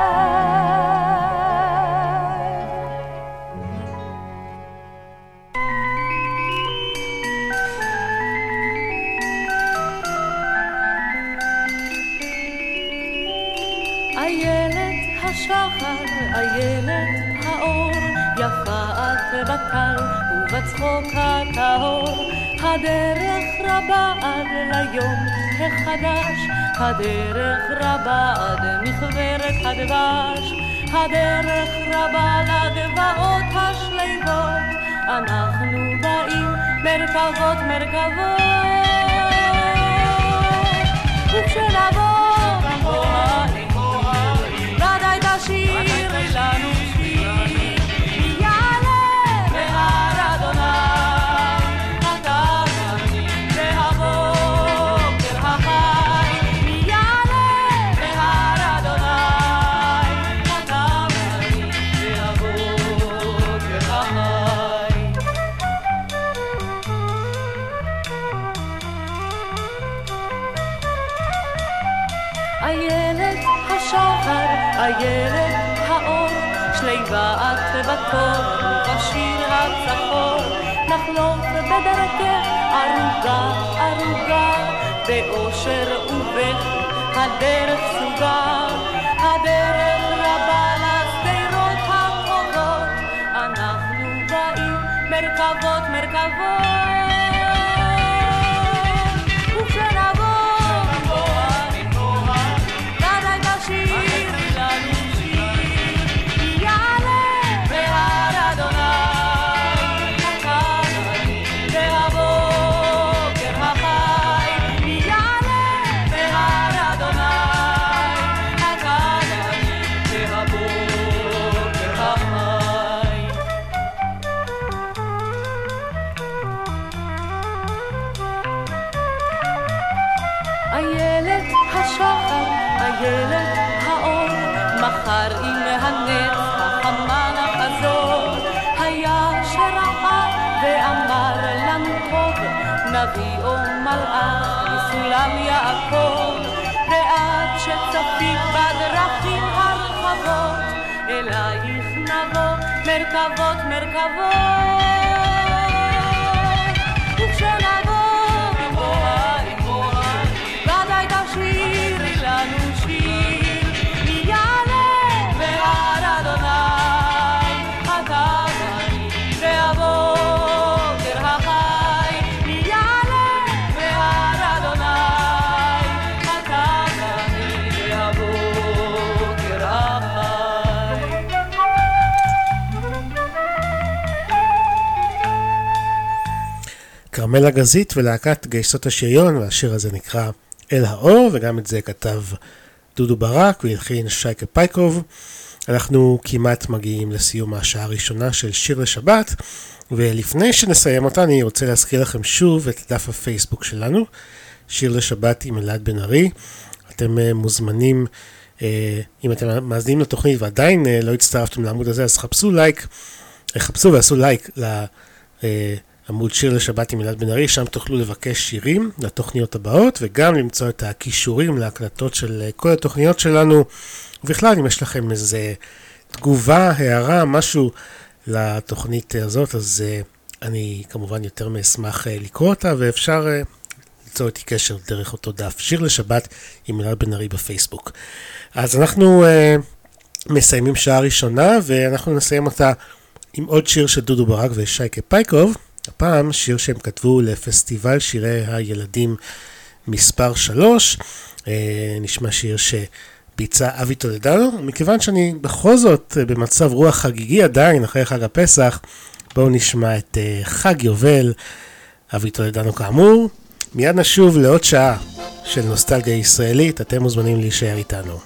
איילת השחר, איילת האור, יפה את בטל ובצחוק הטהור. הדרך רבה עד ליום החדש, הדרך רבה עד מכברת הדבש, הדרך רבה לגבעות השליבות, אנחנו באים מרכבות מרכבות. וכשנבוא נבוא העיר, ודאי תשאיר לנו שיר, יעלה בהר אדוני אתה ואני, והבוקר החי יעלה איילת האור, שליבת בתור, ובשיר הצחור, נחלוף בדרכך ארוגה, ארוגה, באושר ובכי, הדרך סוגה, הדרך רבה לשדרות הקרובות, אנחנו באים מרכבות, מרכבות. איילת האור, מחר עם הנץ החמה נחזור, היה שראה ואמר לנו טוב, נביא או מלאך מסולם יעקב, ועד שצפית בדרכים הרחבות, אלייך נבוא מרכבות, מרכבות. וכשנבוא גבוה גבוה, ודאי תשאירי לנו שיר, מי יעלה בהר אדוני, הקדמי והבוקר החי, מי יעלה בהר אדוני, הקדמי והבוקר החי. כרמלה גזית ולהקת גייסות השריון, והשיר הזה נקרא אל האור, וגם את זה כתב דודו ברק והלחין שייקה פייקוב. אנחנו כמעט מגיעים לסיום השעה הראשונה של שיר לשבת, ולפני שנסיים אותה אני רוצה להזכיר לכם שוב את דף הפייסבוק שלנו, שיר לשבת עם אלעד בן ארי. אתם מוזמנים, אם אתם מאזינים לתוכנית ועדיין לא הצטרפתם לעמוד הזה, אז חפשו לייק, חפשו ועשו לייק לעמוד שיר לשבת עם אלעד בן ארי, שם תוכלו לבקש שירים לתוכניות הבאות, וגם למצוא את הכישורים להקלטות של כל התוכניות שלנו. ובכלל, אם יש לכם איזה תגובה, הערה, משהו לתוכנית הזאת, אז אני כמובן יותר מאשמח לקרוא אותה, ואפשר ליצור איתי קשר דרך אותו דף, שיר לשבת עם אלעד בן ארי בפייסבוק. אז אנחנו מסיימים שעה ראשונה, ואנחנו נסיים אותה עם עוד שיר של דודו ברק ושייקה פייקוב. הפעם שיר שהם כתבו לפסטיבל שירי הילדים מספר שלוש. נשמע שיר שביצע אבי טולדנו. מכיוון שאני בכל זאת במצב רוח חגיגי עדיין אחרי חג הפסח, בואו נשמע את חג יובל, אבי טולדנו כאמור. מיד נשוב לעוד שעה של נוסטלגיה ישראלית, אתם מוזמנים להישאר איתנו.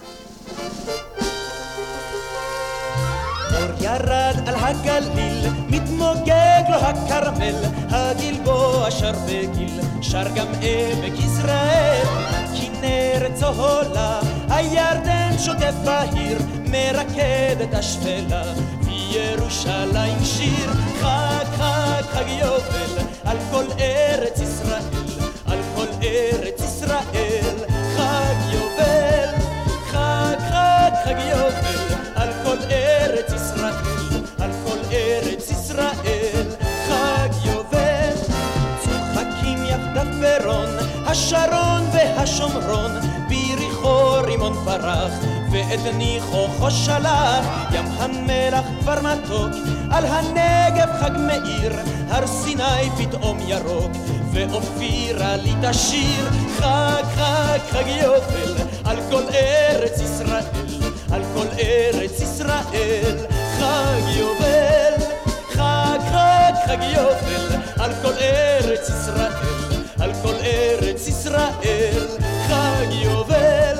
ירד על הגליל, מתמוגג לו הכרמל, הגלבוע שר בגיל, שר גם עמק יזרעאל. כנרת צהולה, הירדן שוטף בהיר, מרקד את השפלה, וירושלים שיר. חג חג חג יובל, על כל ארץ ישראל, על כל ארץ ישראל. חג יובל, חג חג חג יובל, על כל ארץ ישראל, על כל ארץ ישראל. חג יובל, צוחקים יחדיו ברון, השרון והשומרון, ביריחו רימון פרח, ואת ניחוחו שלח. ים המלח כבר מתוק, על הנגב חג מאיר, הר סיני פתאום ירוק, ואופירה לי תשיר. חג חג חג יובל, על כל ארץ ישראל, על כל ארץ ישראל. חג יובל, חג חג חג יובל, על כל ארץ ישראל, על כל ארץ ישראל. חג יובל.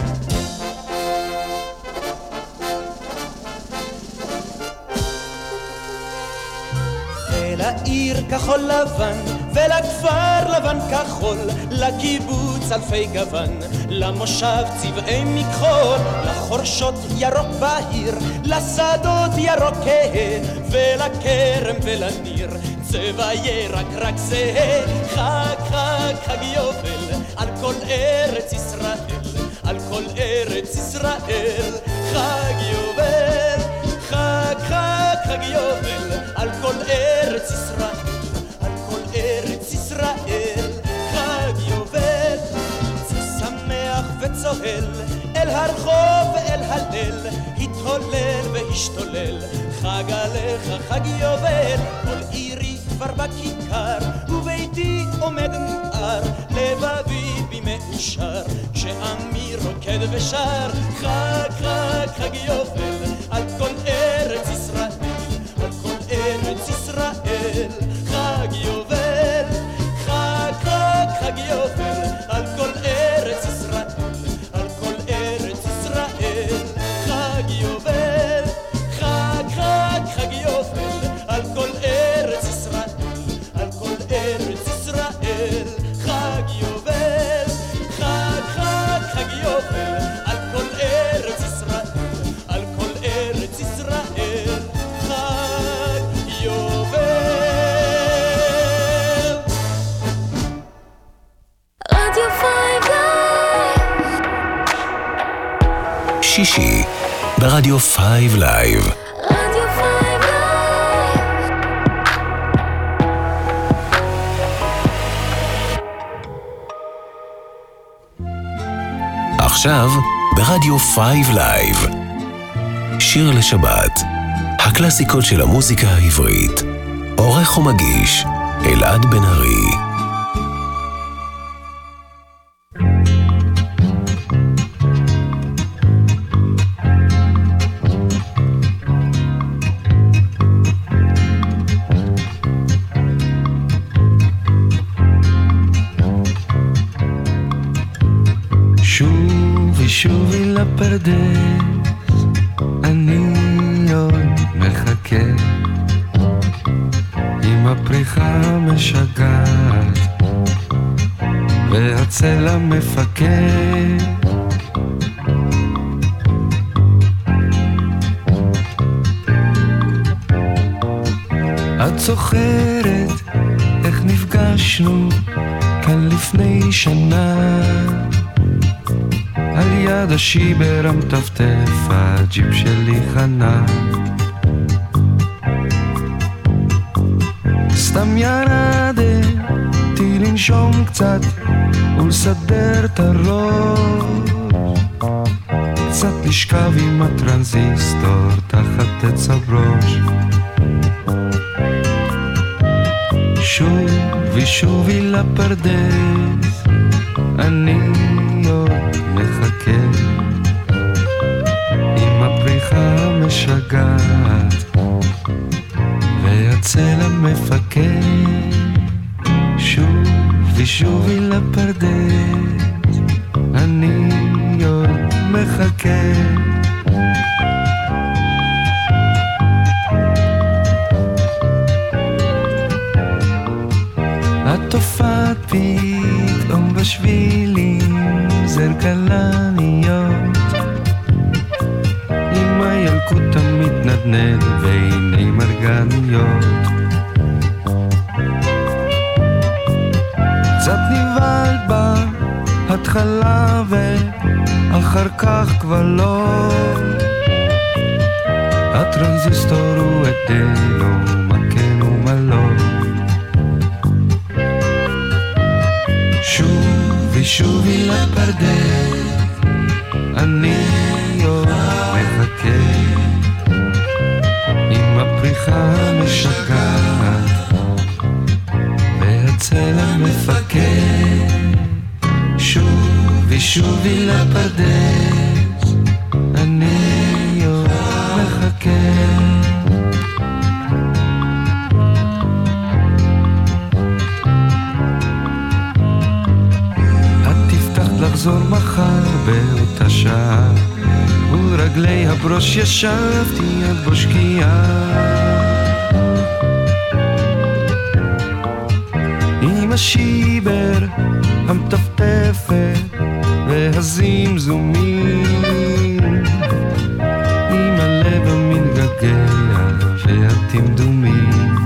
ולעיר כחול לבן, ולכפר לבן כחול, לקיבוץ אלפי גוון, למושב צבעי מכחול, לחורשות ירוק בהיר, לשדות ירוק כהה, ולכרם ולניר צבע ירק רק זהה. חג חג חג יובל, על כל ארץ ישראל, על כל ארץ ישראל. חג יובל, חג חג חג יובל, על כל ארץ ישראל, על כל ארץ ישראל, חג יובל, זה שמח וצוהל, אל הרחוב ואל הליל, התהולל והשתולל, חג עליך חג יובל, כל עירי כבר בכיכר, וביתי עומד מואר, לבבי בי מאושר, כשעמי רוקד ושר, חג חג חג יובל, על כל ארץ ישראל, על כל ארץ ישראל, חג יובל, חג חג חג יובל, על כל ארץ ישראל, על כל ארץ ישראל, חג יובל, חג חג חג יובל, על כל ארץ ישראל, על כל ארץ ישראל, חג יובל, חג חג חג יובל, על כל ארץ ישראל, על כל ארץ ישראל, חג יובל. רדיו פייב לייב. שישי ברדיו פייב לייב. רדיו פייב לייב. עכשיו ברדיו פייב לייב. שיר לשבת, הקלאסיקות של המוזיקה העברית. עורך ומגיש אלעד בן ארי. שובי שובי לפרדס, אני עוד מחכה עם הפריחה המשגעת והצל המפקד. את זוכרת איך נפגשנו כאן לפני שנה, על יד השיבר המטפטף הג'יפ שלי חנה. סתם ירדתי לנשום קצת ולסדר את הראש, קצת לשכב עם הטרנזיסטור תחת עץ הברוש. שובי שובי לפרדס, אני עוד מחכה עם הפריחה המשגעת והצל המפקד. שובי שובי לפרדס, אני עוד מחכה. את הופעת פתאום בשבילים, זר כלניות עם הילקוט המתנדנד ועיני מרגניות. קצת נבהלת בהתחלה ואחר כך כבר לא, הטרנזיסטור הוא עדנו, מה כן ומה לא. שובי שובי לפרדס, אני עוד מחכה עם הפריחה המשגעת והצל המפקד. שובי שובי לפרדס, אני עוד מחכה. לחזור מחר באותה שעה, ולרגלי הברוש ישבתי עד בושקיעה. עם השיבר המטפטפת והזמזומים, עם הלב המתגעגע והתמדומים.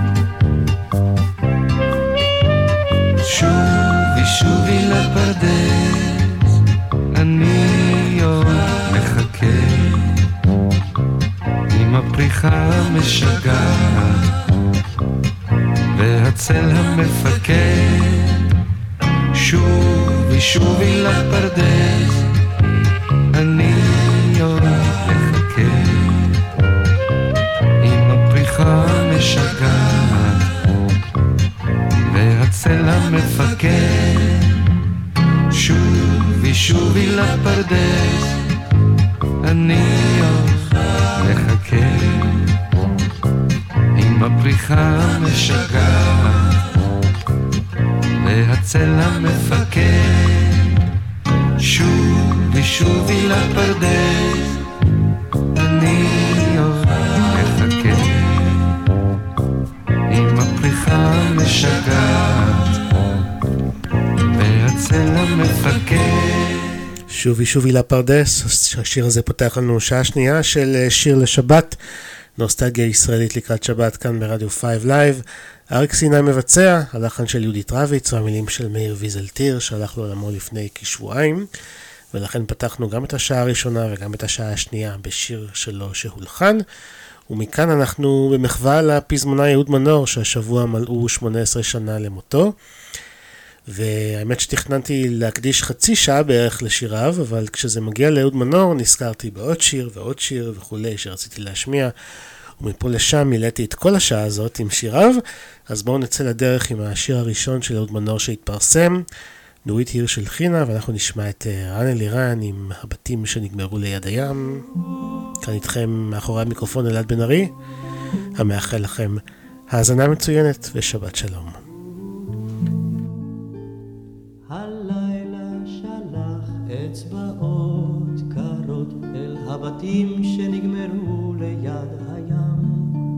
שובי שובי לפרדס, אני עוד מחכה הפריחה המשגעת והצל המפקד, שובי שובי לפרדס, אני עוד מחכה. עם הפריחה המשגעת והצל המפקד, שובי שובי לפרדס, אני עוד מחכה. עם הפריחה המשגעת והצל המפקד, שובי שובי לפרדס, אני עוד מחכה. עם הפריחה המשגעת והצל המפקד. שובי שובי לפרדס, השיר הזה פותח לנו שעה שנייה של שיר לשבת, נוסטלגיה ישראלית לקראת שבת כאן ברדיו פייב לייב. אריק סיני מבצע, הלחן של יהודית רביץ והמילים של מאיר ויזלטיר שהלך לעולמו לפני כשבועיים, ולכן פתחנו גם את השעה הראשונה וגם את השעה השנייה בשיר שלו שהולחן. ומכאן אנחנו במחווה לפזמונאי אהוד מנור שהשבוע מלאו שמונה עשרה שנה למותו, והאמת שתכננתי להקדיש חצי שעה בערך לשיריו, אבל כשזה מגיע לאהוד מנור נזכרתי בעוד שיר ועוד שיר וכולי שרציתי להשמיע, ומפה לשם מילאתי את כל השעה הזאת עם שיריו. אז בואו נצא לדרך עם השיר הראשון של אהוד מנור שהתפרסם, נורית הירש הלחינה, ואנחנו נשמע את רן אלירן עם הבתים שנגמרו ליד הים. כאן איתכם מאחורי המיקרופון אלעד בן ארי, המאחל לכם האזנה מצוינת ושבת שלום. הלילה שלח אצבעות קרות אל הבתים שנגמרו ליד הים.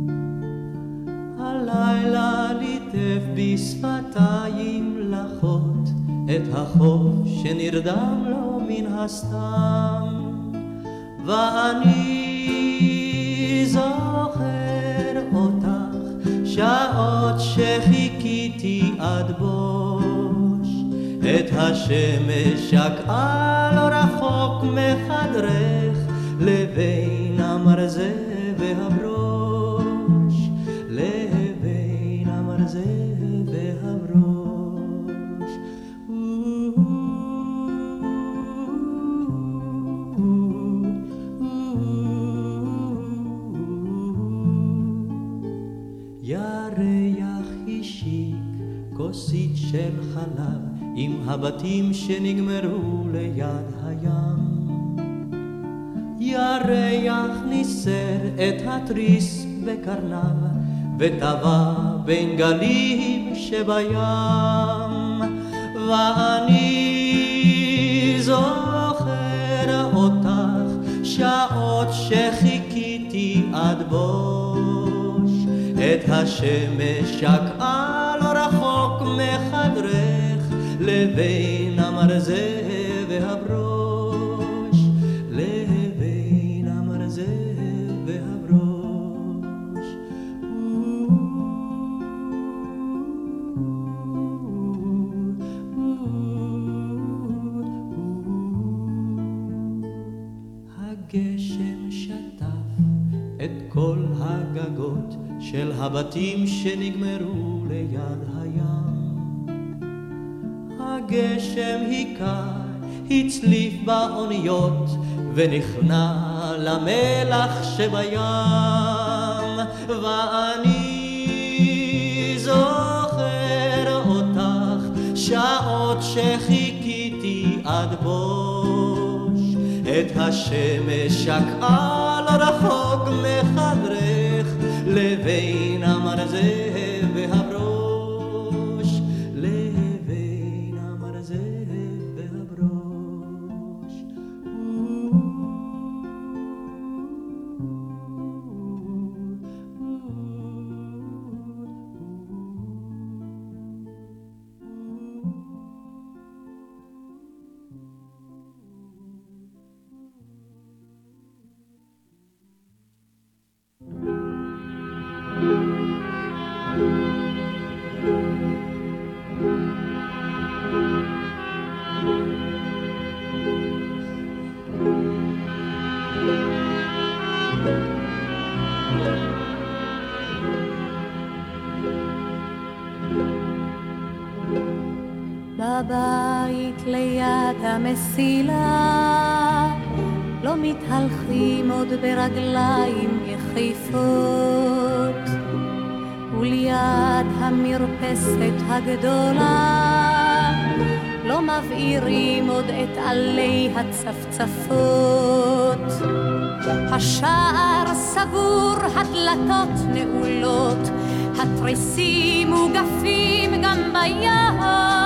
הלילה ליטף בשפתיים לחות את החוף שנרדם לו מן הסתם. ואני זוכר אותך שעות שחיכיתי עד בוש, את השמש שקעה לא רחוק מחדרך לבין המרזה והברוש, לבין המרזה והברוש. ירח השיק כוסית של חלב עם הבתים שנגמרו ליד הים. ירח ניסר את התריס בקרניו וטבע בין גלים שבים. ואני זוכר אותך שעות שחיכיתי עד בוש, את השמש שקעה לא רחוק מחדרך לבין המרזה והברוש, לבין המרזה והברוש. הגשם שטף את כל הגגות של הבתים שנגמרו ליד הים. הגשם היכה, הצליף באוניות ונכנע למלח שבים. ואני זוכר אותך שעות שחיכיתי עד בוש, את השמש שקעה לא רחוק מחדרך לבין המרזה והברוש, לבין המרזה והברוש. בבית ליד המסילה לא מתהלכים עוד ברגליים יחיפות, וליד המרפסת הגדולה לא מבעירים עוד את עלי הצפצפות. השער סגור, הדלתות נעולות, התריסים מוגפים גם בים,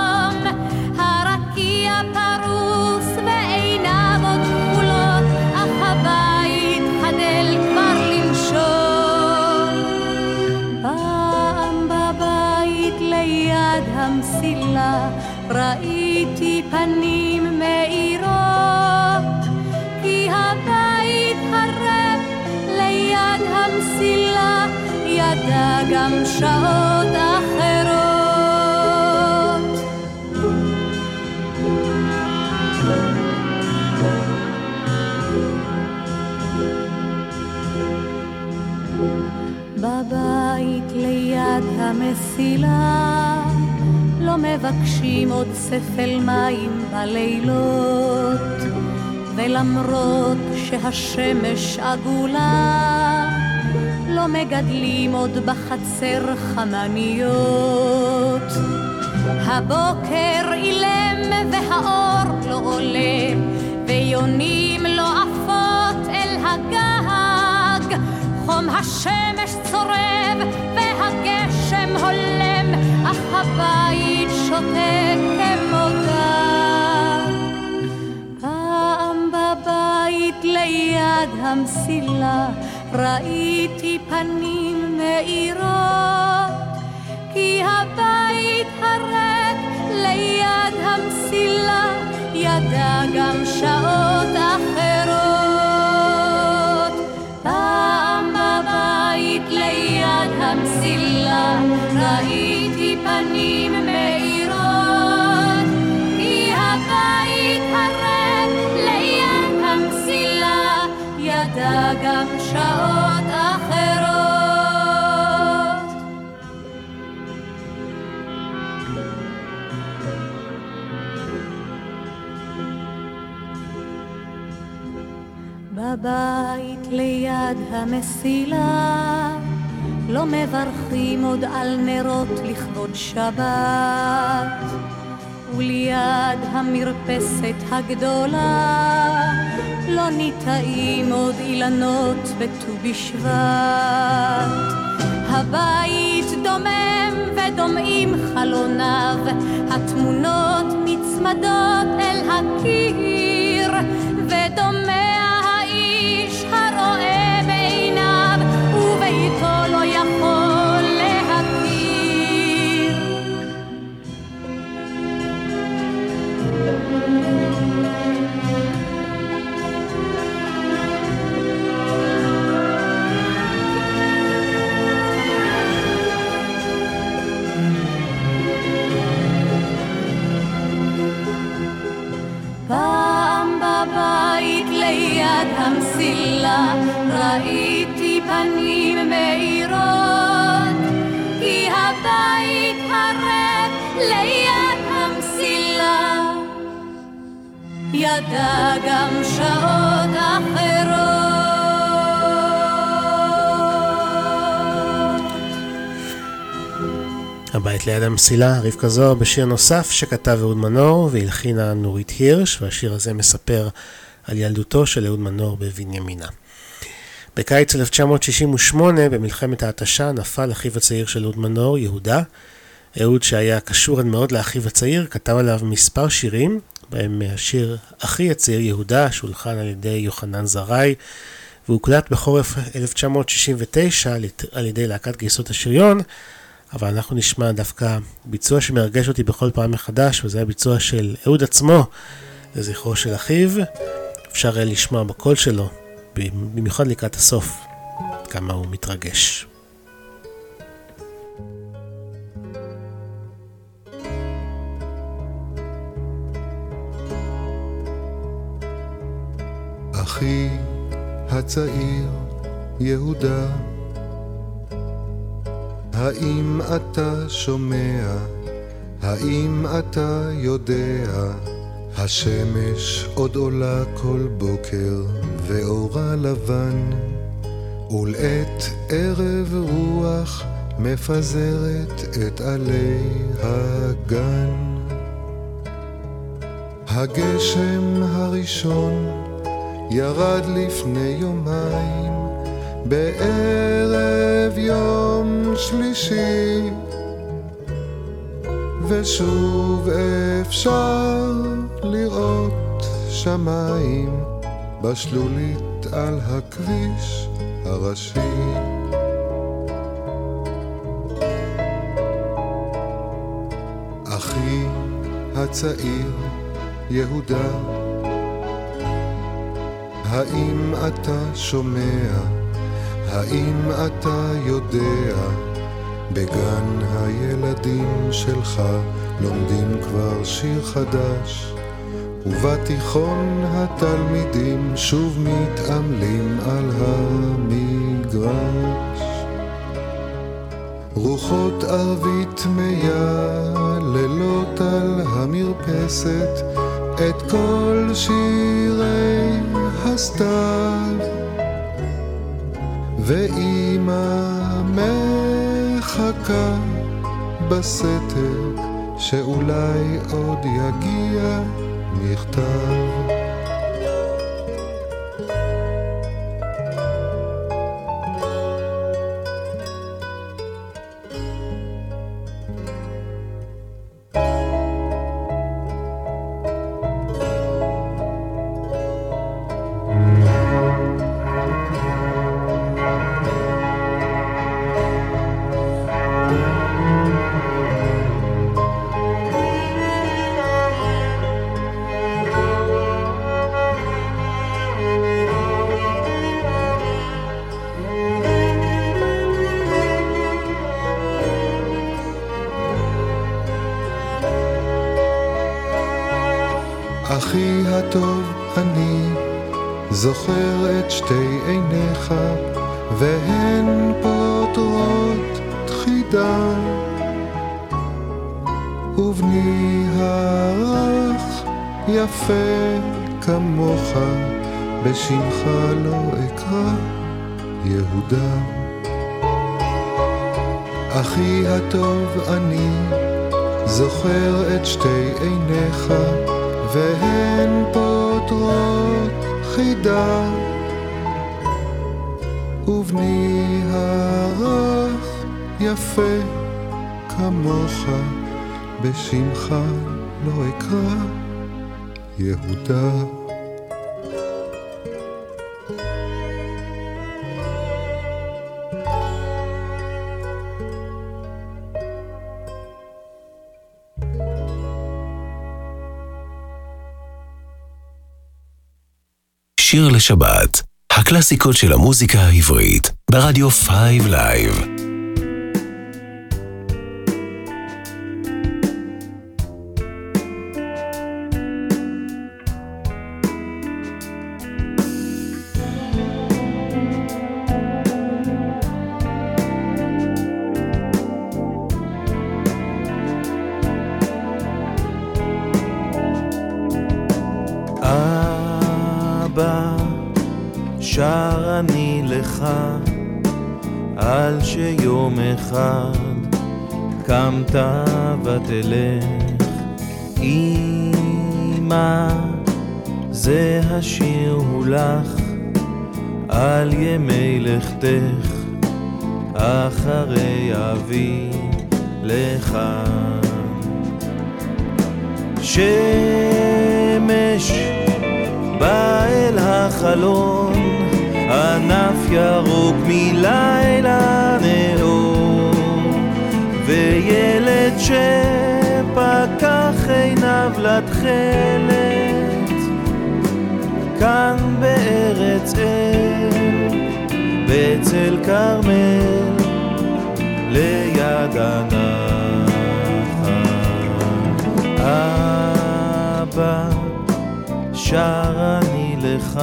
הרקיע פרוס ועיניו עוד כחולות, אך הבית חדל כבר לנשום. פעם בבית ליד המסילה ראיתי פנים מאירות, כי הבית הרב ליד המסילה ידע גם שעות אחרות. בבית ליד המסילה לא מבקשים עוד ספל מים בלילות, ולמרות שהשמש עגולה לא מגדלים עוד בחצר חמניות. הבוקר אילם והאור לא עולה, ויונים לא עפות אל הגג, חום השמש צורב והגשם הולם, אך הבית שותק כמותה. פעם בבית ליד המסילה ראיתי פנים מאירות, כי הבית הריק ליד המסילה ידע גם שעות אחרות. פעם בבית ליד המסילה ראיתי פנים מאירות, כי הבית הריק ליד המסילה ידע גם שעות אחרות. בבית ליד המסילה לא מברכים עוד על נרות לכבוד שבת, וליד המרפסת הגדולה לא ניטעים עוד אילנות בט"ו בשבט. הבית דומם ודומעים חלוניו, התמונות נצמדות אל הקיר, ודומע האיש הרואה בעיניו וביתו לא יכול להכיר. פעם בבית ליד המסילה ראיתי פנים מאירות, כי הבית הריק ליד המסילה ידע גם שעות אחרות. הבית ליד המסילה, רבקה זוהר בשיר נוסף שכתב אהוד מנור והלחינה נורית הירש, והשיר הזה מספר על ילדותו של אהוד מנור בבנימינה. בקיץ אלף תשע מאות שישים ושמונה במלחמת ההתשה נפל אחיו הצעיר של אהוד מנור, יהודה. אהוד שהיה קשור עד מאוד לאחיו הצעיר כתב עליו מספר שירים, בהם השיר אחי הצעיר יהודה שהולחן על ידי יוחנן זרעי, והוקלט בחורף אלף תשע מאות שישים ותשע על ידי להקת גייסות השריון. אבל אנחנו נשמע דווקא ביצוע שמרגש אותי בכל פעם מחדש, וזה הביצוע של אהוד עצמו לזכרו של אחיו. אפשר לשמוע בקול שלו, במיוחד לקראת הסוף, כמה הוא מתרגש. אחי הצעיר יהודה, האם אתה שומע? האם אתה יודע, השמש עוד עולה כל בוקר ואורה לבן, ולעת ערב רוח מפזרת את עלי הגן. הגשם הראשון ירד לפני יומיים, בערב יום שלישי, ושוב אפשר לראות שמיים בשלולית על הכביש הראשי. אחי הצעיר יהודה, האם אתה שומע, האם אתה יודע, בגן הילדים שלך לומדים כבר שיר חדש, ובתיכון התלמידים שוב מתעמלים על המגרש. רוחות ערבית מייללות על המרפסת את כל שירי הסתיו, ואמא מחכה בסתר שאולי עוד יגיע מכתב. אחי הטוב, אני זוכר את שתי עיניך, והן פותרות חידה, ובני הרך יפה כמוך, בשמך לא אקרא יהודה. אחי הטוב, אני זוכר את שתי עיניך, והן פותרות חידה, ובני הרך יפה כמוך, בשמך לא אקרא יהודה. שיר לשבת, הקלאסיקות של המוזיקה העברית, ברדיו פייב לייב. שר אני לך על שיום אחד קמת ותלך, אמא זה השיר הוא לך על ימי לכתך, אחרי אבי לך. שמש בא אל החלון, ענף ירוק מלילה נאור, וילד שפקח עיניו לתכלת, כאן בארץ אל, בצל כרמל, ליד הנחל. אבא שר אני לך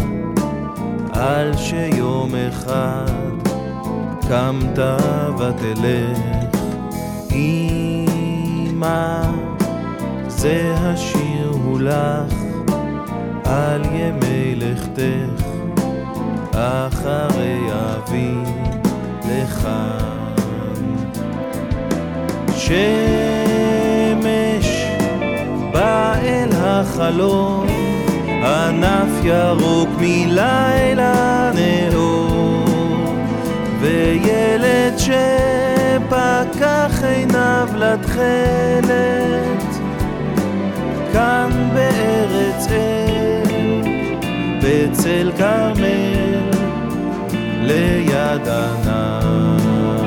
על שיום אחד קמת ותלך, אמא אמא, זה השיר הוא לך על ימי לכתך, אחרי אבי לכאן. שמש בא אל החלון, ענף ירוק מלילה נאור, וילד שפקח עיניו לתכלת, כאן בארץ אל, בצל כרמל, ליד הנחל.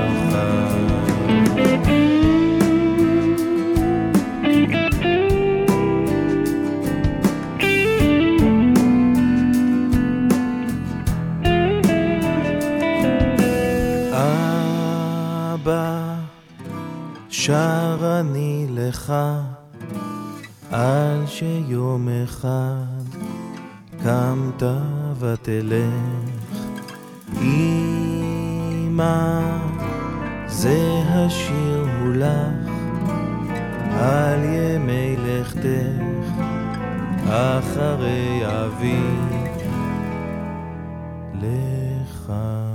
שר אני לך על שיום אחד קמת ותלך. אמא, זה השיר הוא לך על ימי לכתך, אחרי אבי לך.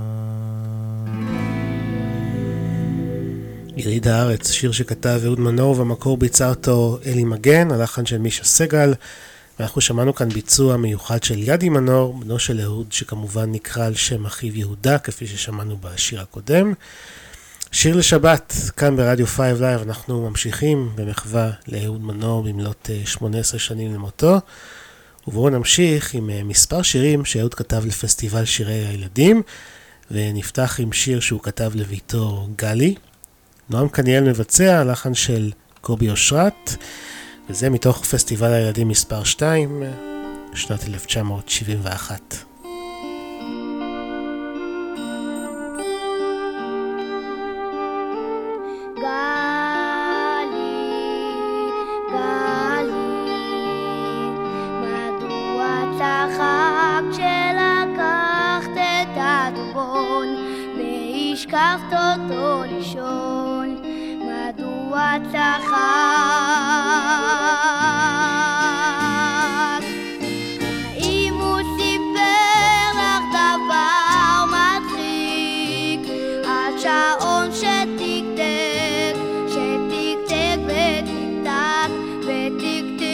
יריד הארץ, שיר שכתב אהוד מנור והמקור ביצע אותו אלי מגן, הלחן של מישה סגל, ואנחנו שמענו כאן ביצוע מיוחד של ידי מנור, בנו של אהוד, שכמובן נקרא על שם אחיו יהודה, כפי ששמענו בשיר הקודם. שיר לשבת, כאן ברדיו פייב לייב, אנחנו ממשיכים במחווה לאהוד מנור במלאת שמונה עשרה שנים למותו, ובואו נמשיך עם מספר שירים שאהוד כתב לפסטיבל שירי הילדים, ונפתח עם שיר שהוא כתב לביתו גלי. נועם קניאל מבצע, לחן של קובי אושרת, וזה מתוך פסטיבל הילדים מספר שתיים, שנת אלף תשע מאות שבעים ואחת. השכבת אותו לישון, מדוע צחק? האם הוא סיפר לך דבר מצחיק? השעון שתקתק, שתקתק ותקתק ותקתק.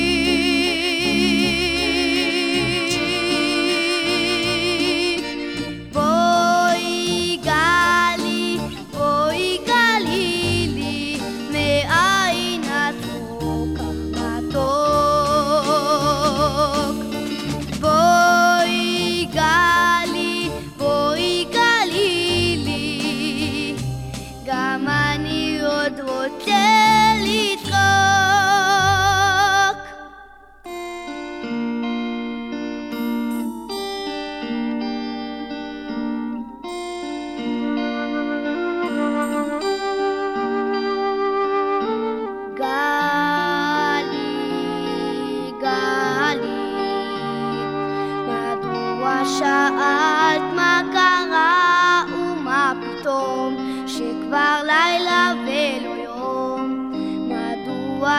שאלת מה קרה ומה פתאום שכבר לילה ולא יום, מדוע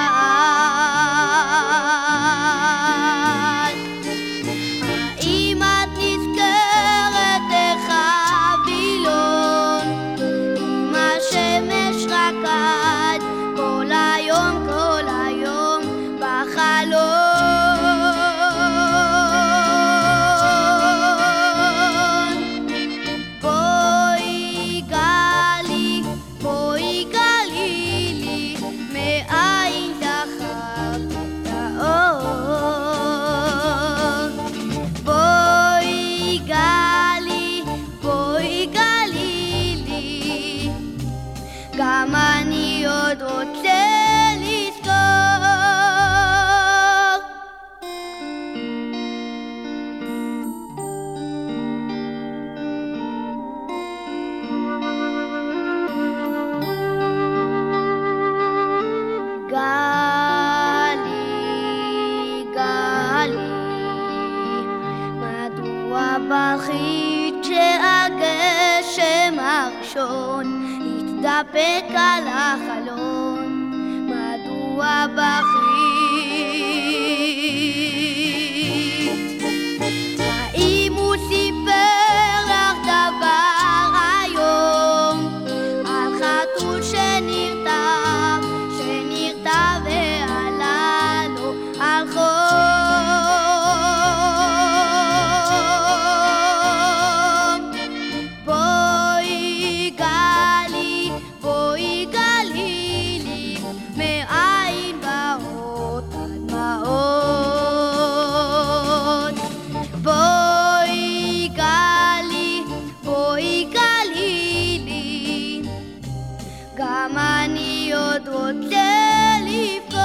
שאלת? האם את נזכרת איך הווילון עם השמש רקד כל היום כל היום בחלום? גם אני עוד רוצה לזכור. גלי, גלי, מדוע בכית שהגשם הראשון דפק על החלון? הבכית. האם הוא סיפר לך דבר היום על חתול שנרתע, שנרתע ועלה לו על חום? בואי גלי, בואי גלי לי, מאין באות הדמעות. בואי גלי, בואי גלי לי, גם אני עוד רוצה לבכות.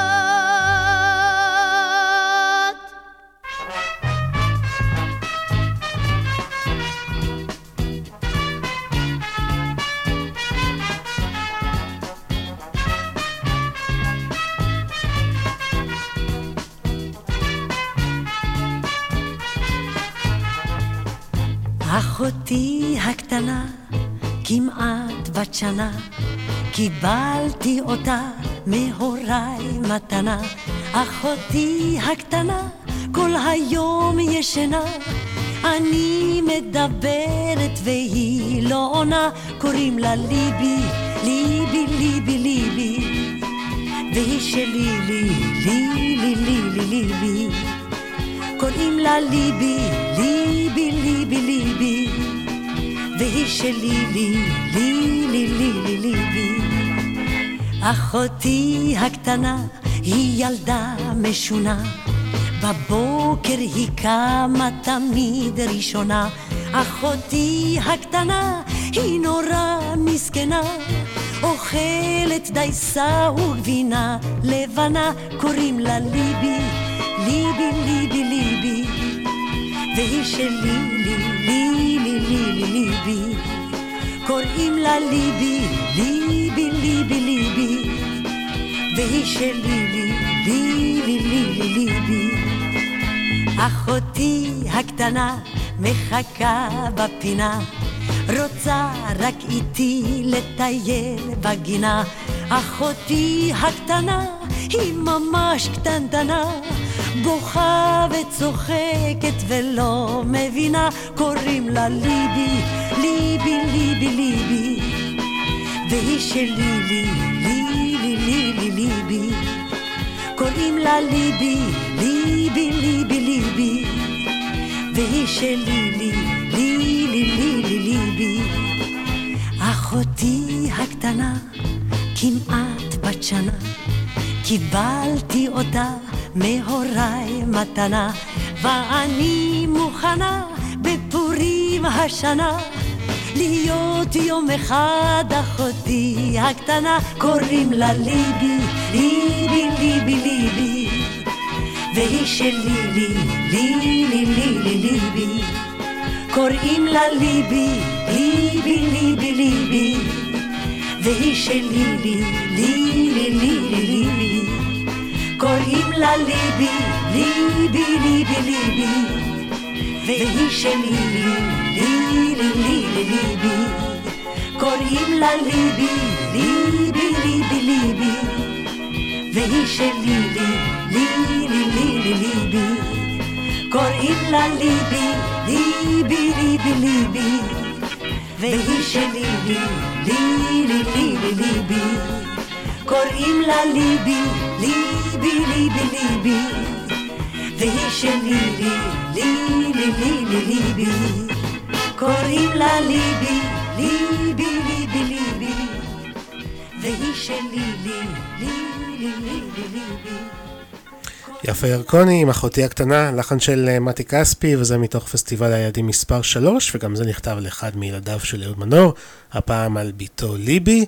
אחותי הקטנה, כמעט בת שנה, קיבלתי אותה מהוריי מתנה. אחותי הקטנה, כל היום ישנה, אני מדברת והיא לא עונה. קוראים לה ליבי, ליבי, ליבי, ליבי, והיא שלי, לי, לי, לי, לי, לי, ליבי. קוראים לה ליבי, ליבי, ליבי, ליבי, והיא שלי, לי, לי, לי, לי, לי, ליבי. אחותי הקטנה היא ילדה משונה, בבוקר היא קמה תמיד ראשונה. אחותי הקטנה היא נורא מסכנה, אוכלת דייסה וגבינה לבנה. קוראים לה ליבי, ליבי, ליבי, ליבי, והיא שלי, לי, לי, לי, לי, לי, ליבי. קוראים לה ליבי, ליבי, ליבי, ליבי, והיא שלי, לי, לי, לי, לי, לי, ליבי. אחותי הקטנה מחכה בפינה, רוצה רק איתי לטייל בגינה. אחותי הקטנה היא ממש קטנטנה, בוכה וצוחקת ולא מבינה. קוראים לה ליבי, ליבי, ליבי, ליבי, והיא שלי, לי, לי, לי, לי, לי, ליבי. קוראים לה ליבי, ליבי, ליבי, ליבי, והיא שלי, לי, לי, לי, לי, לי, ליבי. אחותי הקטנה, כמעט בת שנה, קיבלתי אותה מהוריי מתנה, ואני מוכנה בפורים השנה להיות יום אחד אחותי הקטנה. קוראים לה ליבי, ליבי, ליבי, ליבי, והיא שלי, לי, לי, לי, לי, לי, ליבי. קוראים לה ליבי, ליבי, ליבי, ליבי, והיא שלי, לי, לי, לי, לי, לי, ליבי. קוראים לה ליבי, ליבי, ליבי, ליבי, והיא שלי, לי, לי, לי, לי, לי, ליבי. קוראים לה ליבי, ליבי, ליבי, ליבי, והיא שלי, לי, לי, לי, לי, לי, ליבי. קוראים לה ליבי, ליבי, ליבי, ליבי, והיא שלי, לי, לי, לי, לי, לי, ליבי. קוראים לה ליבי, ליבי, ליבי, ליבי, והיא שלי, לי, לי, לי, לי, לי, ליבי. קוראים לה ליבי, ליבי, ליבי, ליבי, והיא שלי, לי, לי, לי, לי, לי, ליבי. יפה ירקוני עם אחותי הקטנה, לחן של מתי כספי, וזה מתוך פסטיבל הילדים מספר שלוש, וגם זה נכתב לאחד מילדיו של אהוד מנור, הפעם על ביתו ליבי.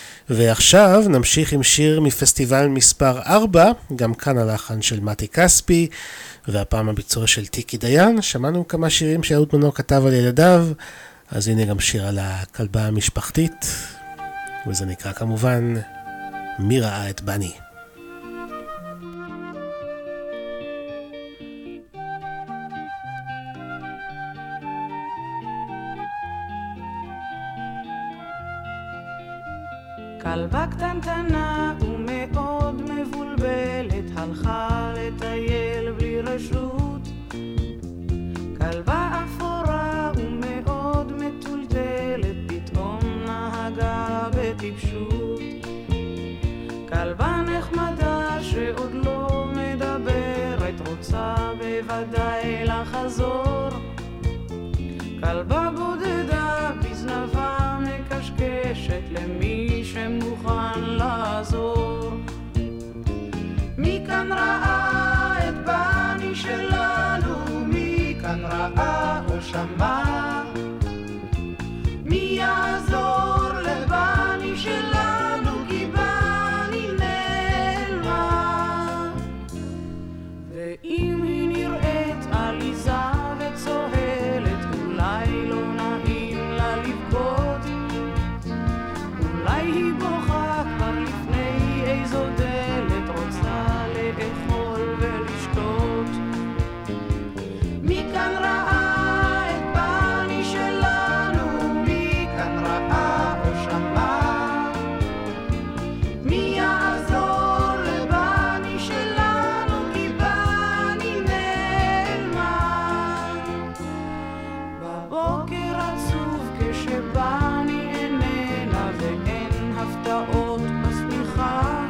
ועכשיו נמשיך עם שיר מפסטיבל מספר ארבע, גם כאן הלחן של מתי כספי, והפעם הביצוע של טיקי דיין. שמענו כמה שירים שאהוד מנור כתב על ילדיו, אז הנה גם שיר על הכלבה המשפחתית, וזה נקרא כמובן מי ראה את בני. כלבה קטנטנה ומאוד הלכה לטייל בלי רשות. כלבה אפורה ומאוד מטולטלת, פתאום נהגה בטיפשות. כלבה נחמדה שעוד לא מדברת, רוצה בוודאי לחזור. כלבה בודדה בזנבה מקשקשת למי שמוכן לעזור. מי כאן ראה את בני שלנו? מי כאן ראה או שמע? מי יעזור לבני שלנו? כי בני נעלמה. ואם היא נראית עליזה וצוהלת, אולי לא נעים לה לבכות. אולי היא בוכה כבר לפני איזו דלת, רוצה לאכול ולשתות. מי כאן ראה את בני שלנו? מי כאן ראה או שמע? מי יעזור לבני שלנו? כי בני נעלמה. בבוקר עצוב כשבני איננה ואין הפתעות בסמיכה.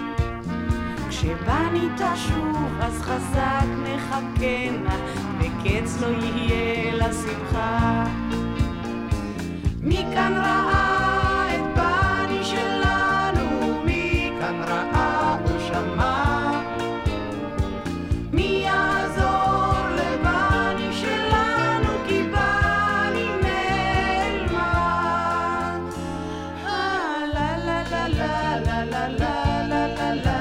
כשבני תשוב אז חזק נחכנה, וקץ לא יהיה לשמחה. מי כאן ראה את בני שלנו? מי כאן ראה או שמע? מי יעזור לבני שלנו? כי בני נעלמה. לה לה לה לה לה לה לה לה לה.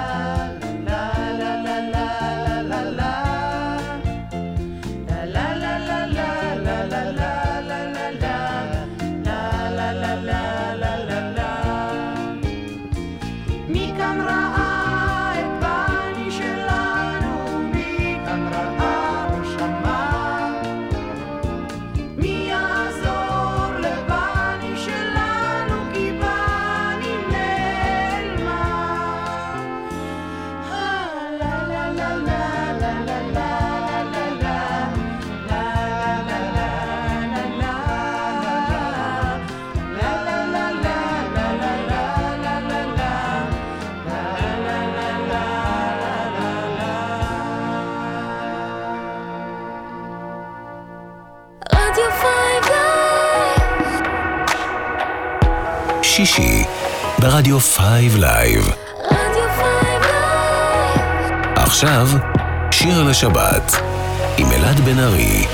שישי ברדיו פייב לייב. רדיו פייב לייב. עכשיו שיר לשבת עם אלעד בן ארי.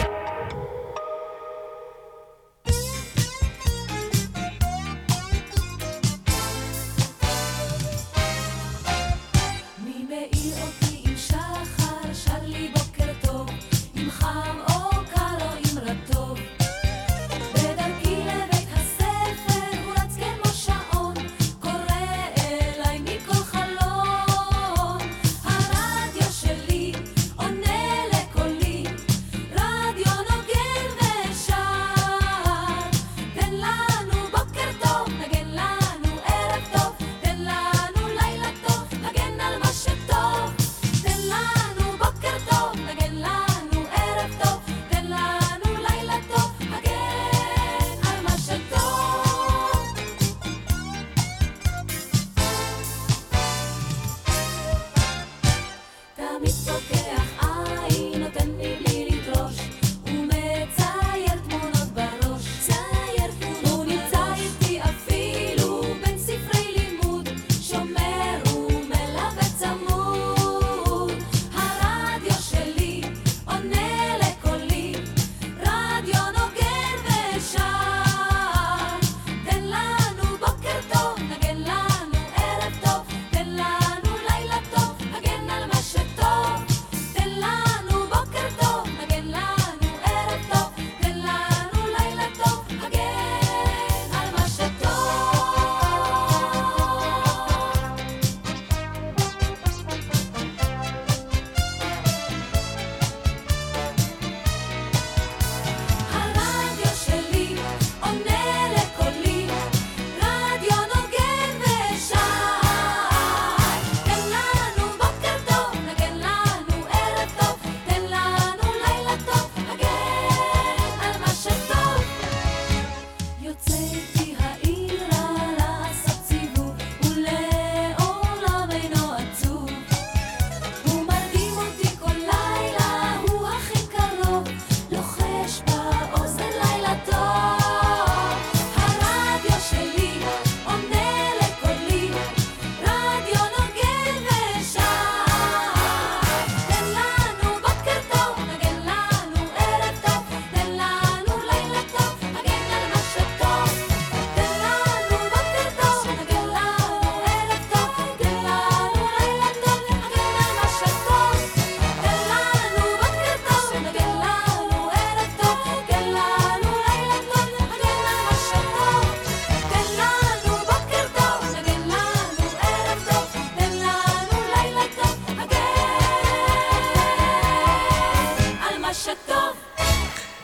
הרדיו שלי עונה לקולי, רדיו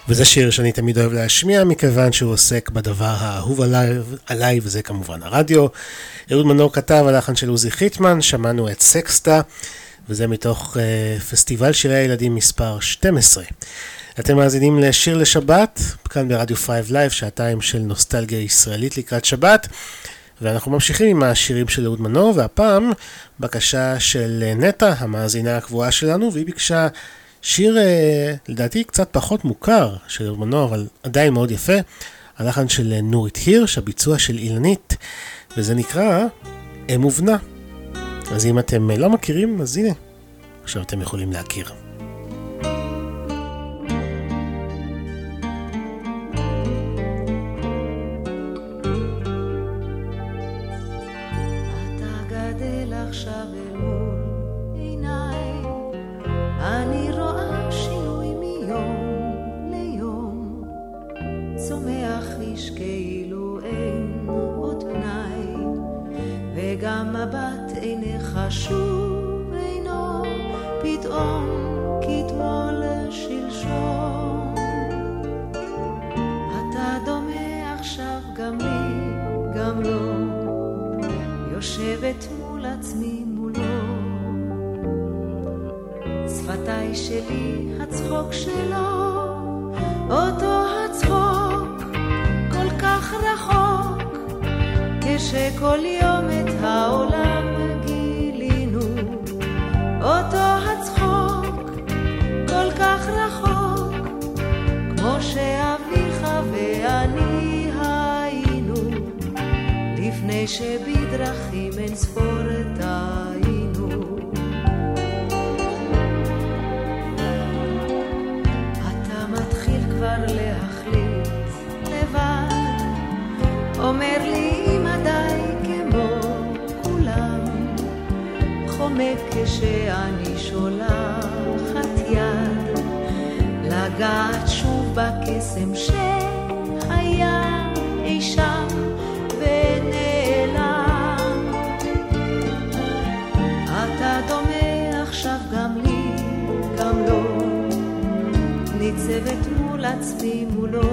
וזה שיר שאני תמיד אוהב להשמיע, מכיוון שהוא עוסק בדבר האהוב עליי, עליי וזה כמובן הרדיו. אהוד מנור כתב הלחן של עוזי חיטמן, שמענו את סקסטה, וזה מתוך uh, פסטיבל שירי הילדים מספר שתים עשרה. אתם מאזינים לשיר לשבת, כאן ברדיו פייב לייב, שעתיים של נוסטלגיה ישראלית לקראת שבת, ואנחנו ממשיכים עם השירים של אהוד מנור, והפעם בקשה של נטה, המאזינה הקבועה שלנו, והיא ביקשה שיר לדעתי קצת פחות מוכר של אהוד מנור, אבל עדיין מאוד יפה, הלחן של נורית הירש, הביצוע של אילנית, וזה נקרא אם ובנה. אז אם אתם לא מכירים, אז הנה, עכשיו אתם יכולים להכיר. אני רואה שינוי מיום ליום, צומח איש כאילו אין עוד פנאי, וגם מבט עיניך שוב אינו פתאום כתמול שלשום. אתה דומה עכשיו גם לי, גם לא, יושבת מול עצמי מולו. שפתיי שלי, הצחוק שלו, אותו הצחוק כל כך רחוק, כשכל יום את העולם גילינו. אותו הצחוק כל כך רחוק, כמו שאביך ואני היינו, לפני שבדרכים אין ספור היינו. כבר להחליט לבד, אומר לי אמא כמו כולם, חומק כשאני שולחת יד, לגעת שוב בקסם שהיה אי שם ונעלם. אתה דומה עכשיו גם לי, גם לא, ניצבת מול עצמי מולו.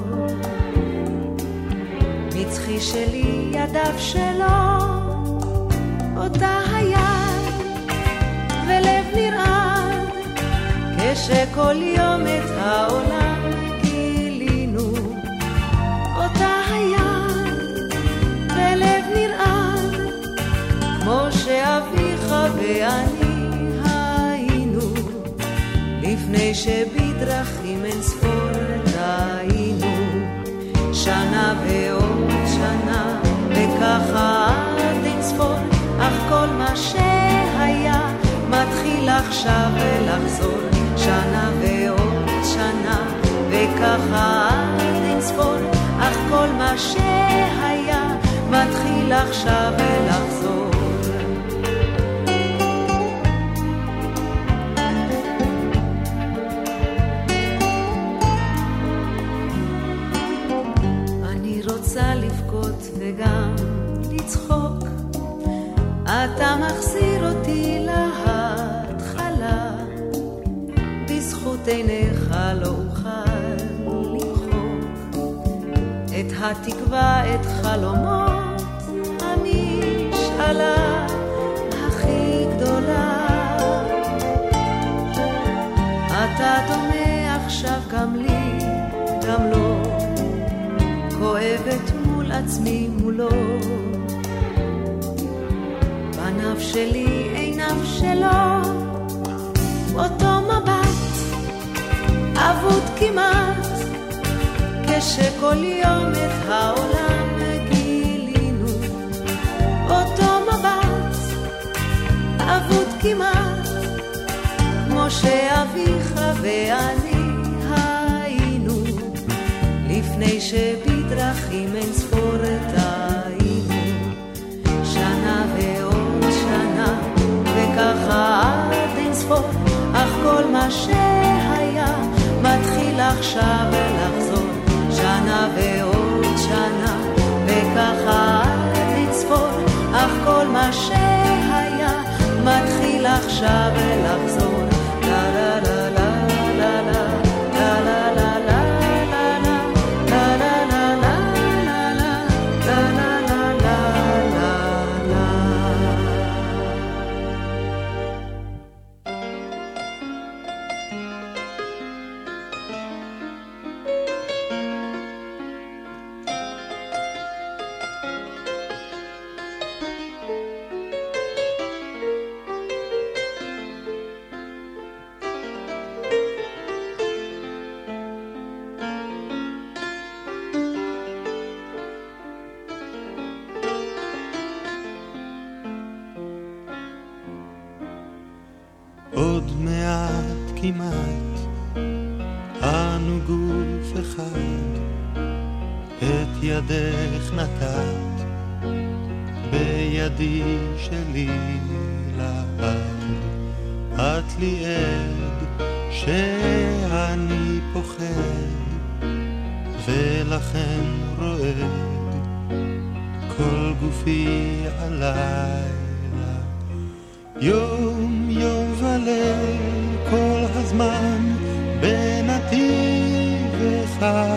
מצחי שלי, ידיו שלו, אותה היד ולב נרעד, כשכל יום את העולם גילינו. אותה היד ולב נרעד, כמו שאביך ואני היינו, לפני שבדרכים אין ספור היינו. שנה ועוד שנה וככה עד אין ספור, אך כל מה שהיה מתחיל עכשיו לחזור. שנה ועוד שנה וככה עד אין ספור, אך כל מה שהיה מתחיל עכשיו לחזור. לבכות וגם לצחוק, אתה מחזיר אותי להתחלה, בזכות עיניך לא אוכל למחוק את התקווה, את חלומות המשאלה הכי גדולה. אתה דומה עכשיו גם לי, גם לא, כואבת מול עצמי מולו. פניו שלי, עיניו שלו, אותו מבט אבוד כמעט, כשכל יום את העולם גילינו. אותו מבט אבוד כמעט, כמו שאביך ואני היינו, לפני שבדרכים אין ספור היינו. שנה ועוד שנה וככה עד אין ספור, אך כל מה שהיה מתחיל עכשיו לחזור. שנה ועוד שנה וככה עד אין ספור, אך כל מה שהיה מתחיל עכשיו לחזור. לה לה לה לה לה לה לה לה לה כמעט אנו גוף אחד, את ידך נתת בידי שלי לעד, את לי עד שאני פוחד ולכן רועד כל גופי הלילה, יום יום וליל כל הזמן בנתיב אחד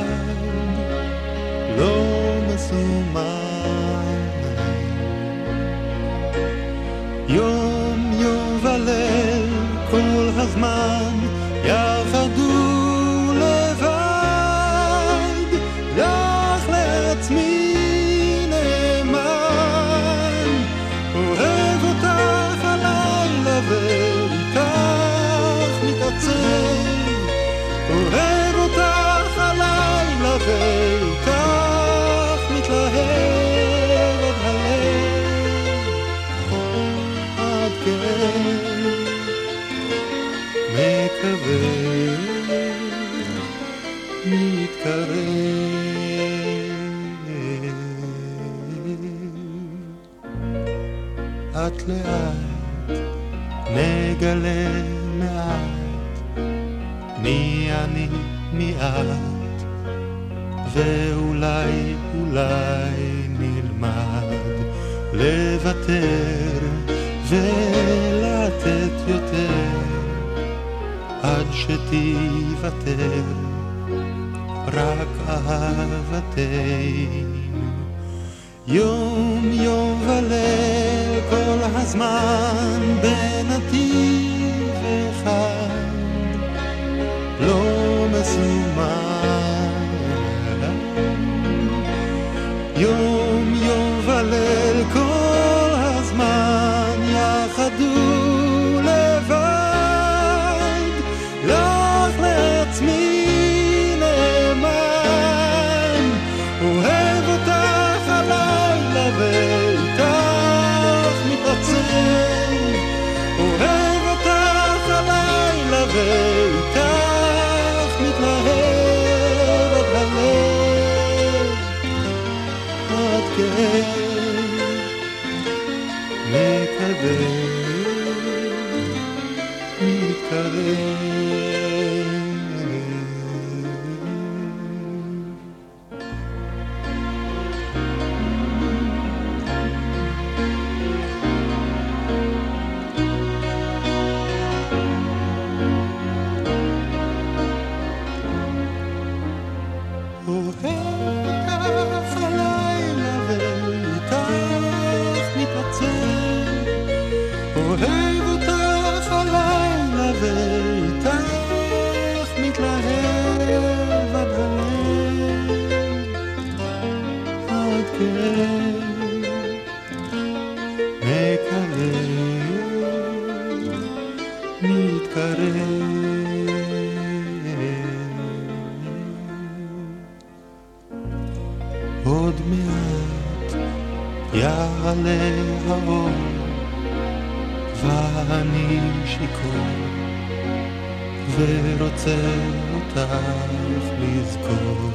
לא מסומן, יום יום וליל כל הזמן יחדו לבד, לך לעצמי נאמן, אוהב אותך הלילה ואיתך מתעצב, אוהב אותך הלילה ואיתך מתלהב עד הלב, עד כן מקווה מתקרב, את לאט נגלה מעט מי אני מי את, ואולי אולי נלמד לוותר ולתת יותר עד שתיוותר רק אהבתנו, יום יום וליל כל הזמן בנתיב אחד לא מסומן, יום יום וליל כל הזמן יחדו לבד, לך לעצמי נאמן, אוהב אותך הלילה ואיתך מתעצב, אוהב אותך הלילה ואיתך מתלהב עד הלב, עד כן מקווה מתקרב. עוד מעט יעלה האור ואני שיכור ורוצה אותך לזכור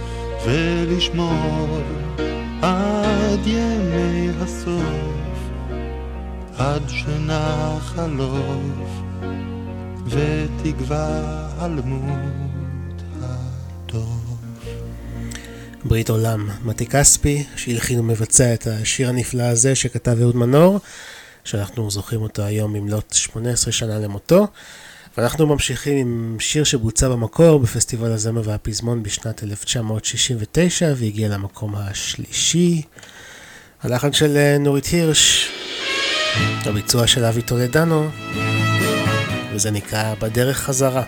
ולשמור עד ימי הסוף, עד שנחלוף ותגווה אלמות הטוב. ברית עולם, מתי כספי, שהלחין ומבצע את השיר הנפלא הזה שכתב אהוד מנור, שאנחנו זוכרים אותו היום במלאת שמונה עשרה שנה למותו. ואנחנו ממשיכים עם שיר שבוצע במקור בפסטיבל הזמר והפזמון בשנת אלף תשע מאות שישים ותשע והגיע למקום השלישי. הלחן של נורית הירש, הביצוע של אבי טולדנו, וזה נקרא בדרך חזרה.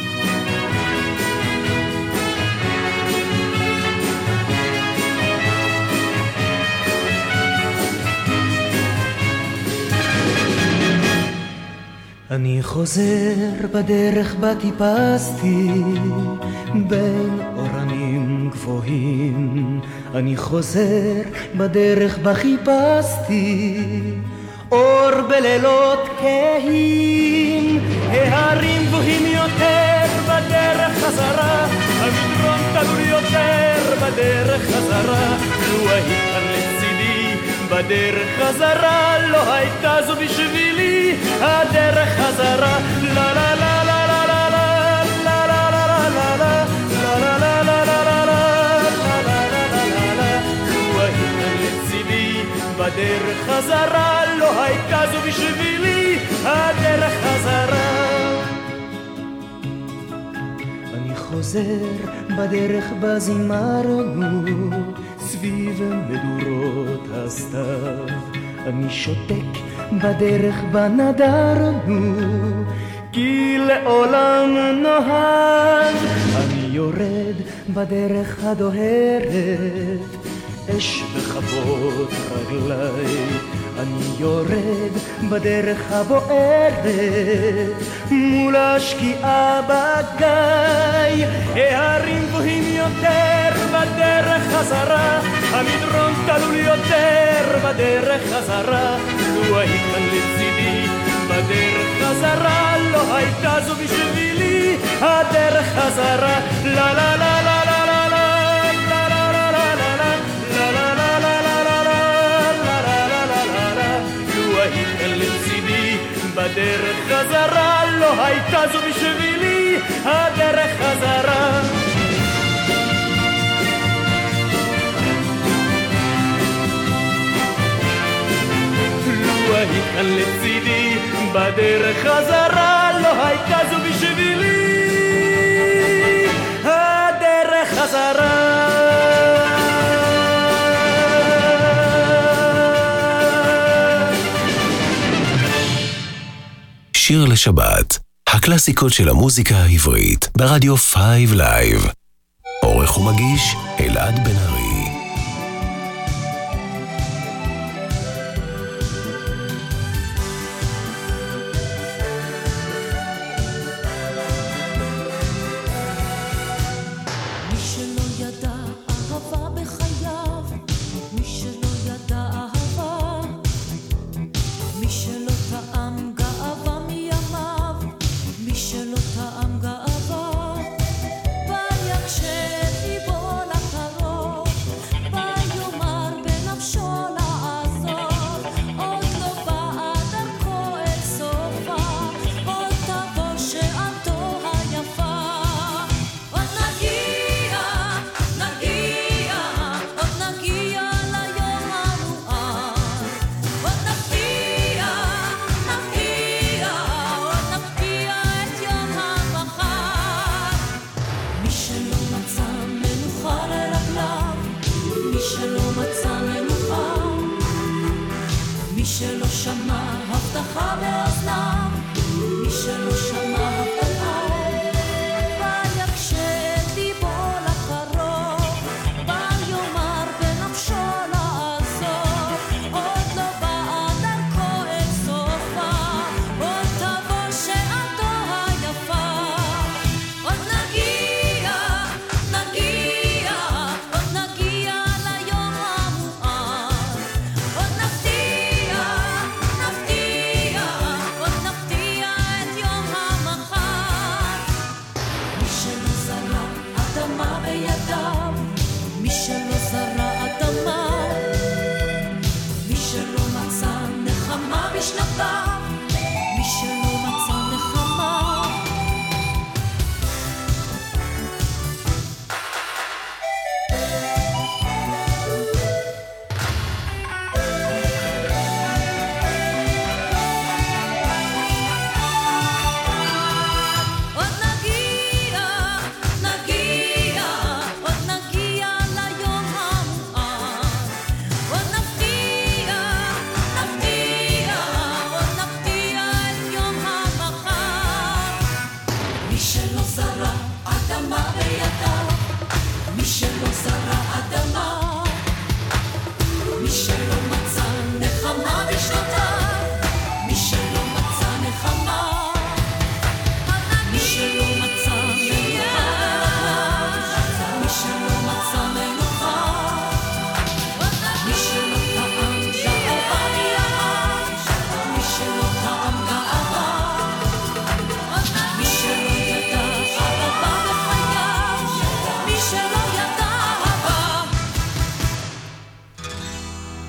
אני חוזר בדרך בה טיפסתי בין אורנים גבוהים, אני חוזר בדרך בה חיפשתי אור בלילות כהים, ההרים גבוהים יותר בדרך חזרה, המדרון תלול יותר בדרך חזרה. לו היית כאן לצידי בדרך חזרה, לא הייתה זו בשבילי הדרך חזרה. לה לה לה לה לה לה לה לה לה לה לה לה לה לה לה לה לה. לו היית כאן לצידי בדרך חזרה, לא הייתה זו בשבילי הדרך חזרה. אני חוזר בדרך בזימרנו, סביב מדורות הסתיו. אני שותק בדרך בנדרנו, כי לעולם נוהג. אני יורד בדרך הדוהרת, אש בכבות רגליי. אני יורד בדרך הבוערת, מול השקיעה בגיא. ההרים גבוהים יותר בדרך חזרה, המדרון תלול יותר בדרך חזרה. לו היית כאן לצידי בדרך חזרה, לא הייתה זו בשבילי הדרך חזרה. לה לה לה לה לה לה בדרך חזרה, לא הייתה זו בשבילי הדרך חזרה. לו היית כאן לצידי בדרך חזרה, לא הייתה זו בשבילי הדרך חזרה. שיר לשבת, הקלאסיקות של המוזיקה העברית, ברדיו פייב לייב. עורך ומגיש אלעד בן ארי. מי שלא ידע אהבה בחייו, מי שלא ידע אהבה, מי שלא טעם גאווה מימיו, מי שלא טעם גאווה, ויקשב ליבו לקרוב, ויאמר בנפשו לעזוב, עוד לא באה דרכו אל סופה, עוד תבוא שעתו היפה. עוד נגיע, נגיע, עוד נגיע ליום המואר, עוד נפתיע, נפתיע, עוד נפתיע את יום המחר. מי שלא מצא מנוחה לרגליו, מי שלא מצא מנוחה, מי שלא שמע הבטחה באוזניו, מי שלא שמע הבטחה, ויקשב ליבו לקרוב, ויאמר בנפשו לעזוב, עוד לא באה דרכו אל סופה, עוד תבוא שעתו היפה. עוד נגיע, נגיע, עוד נגיע ליום המואר,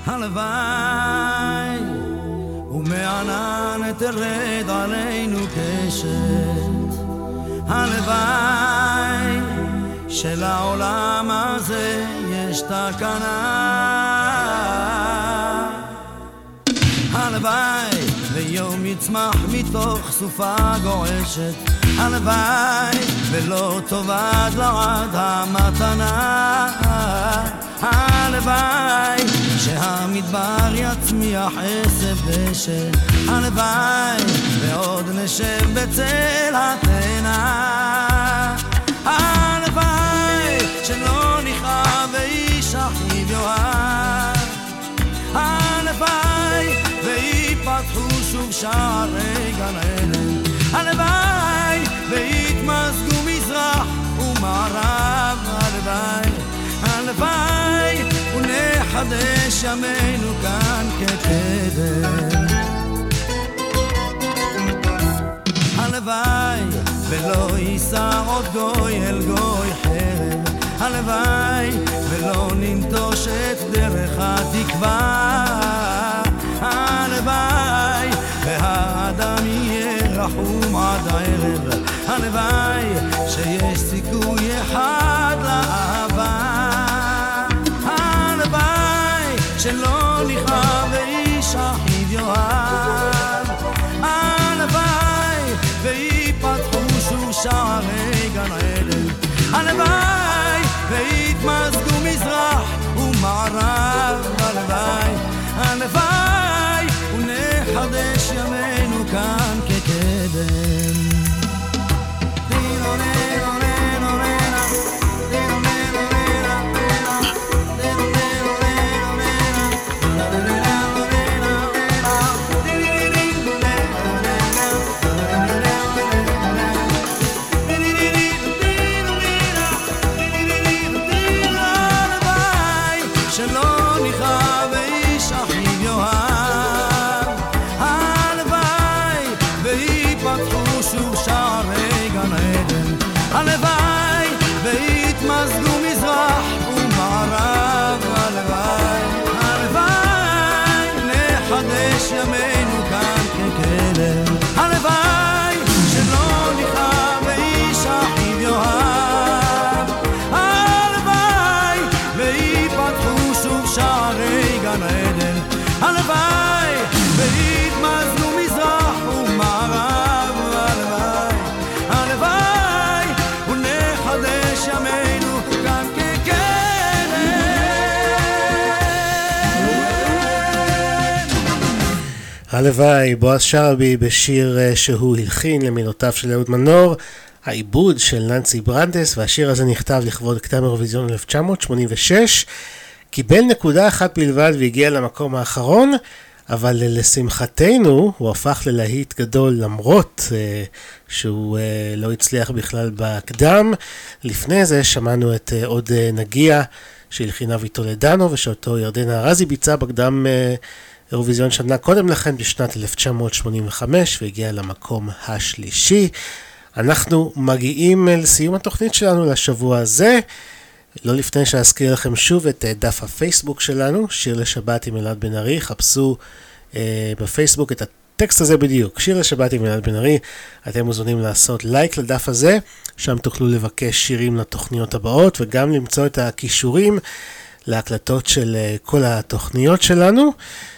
הלוואי ומענן תרד עלינו קשת, הלוואי שלעולם הזה יש תקנה, הלוואי ויום יצמח מתוך סופה גועשת, הלוואי ולא תאבד לעד המתנה, הלוואי שהמדבר יצמיח עשב דשא, הלוואי ועוד נשב בצל התאנה, הלוואי שלא נכאב ואיש אחיו יאהב, הלוואי ויפתחו שוב שערי גן עדן, הלוואי ויתמזגו מזרח ומערב, הלוואי, הלוואי ונחדש ימינו כאן כקדם, הלוואי ולא ייסע עוד גוי אל גוי חרב, הלוואי ולא ננטוש את דרך התקווה, הלוואי והאדם יהיה רחום עד הערב, הלוואי שיש סיכוי אחד לאהבה, הלוואי שלא נכאב ואיש אחיו יאהב, הלוואי ויפתחו שוב שערי גן עדן, הלוואי ויתמזגו מזרח ומערב, הלוואי, הלוואי ונחדש ימינו כאן כקדם. הלוואי ויתמזגו מזרח ומערב, הלוואי, הלוואי נחדש ימינו כאן כקדם, הלוואי שלא נכאב ואיש אחיו יאהב, הלוואי ויפתחו שוב שערי גן עדן, הלוואי ויתמזגו מזרח ומערב, הלוואי, הלוואי נחדש ימינו כאן כקדם. הלוואי, בועז שרעבי בשיר שהוא הלחין למילותיו של אהוד מנור, העיבוד של ננסי ברנדס, והשיר הזה נכתב לכבוד קדם אירוויזיון אלף תשע מאות שמונים ושש, קיבל נקודה אחת בלבד והגיע למקום האחרון, אבל לשמחתנו הוא הפך ללהיט גדול למרות uh, שהוא uh, לא הצליח בכלל בקדם. לפני זה שמענו את uh, עוד uh, נגיע שהלחינה ויטולדנו ושאותו ירדנה ארזי ביצעה בקדם uh, אירוויזיון שנה קודם לכן בשנת אלף תשע מאות שמונים וחמש והגיע למקום השלישי. אנחנו מגיעים uh, לסיום התוכנית שלנו לשבוע הזה. לא לפני שאזכיר לכם שוב את דף הפייסבוק שלנו, שיר לשבת עם אלעד בן ארי, חפשו אה, בפייסבוק את הטקסט הזה בדיוק, שיר לשבת עם אלעד בן ארי, אתם מוזמנים לעשות לייק לדף הזה, שם תוכלו לבקש שירים לתוכניות הבאות, וגם למצוא את הכישורים להקלטות של אה, כל התוכניות שלנו,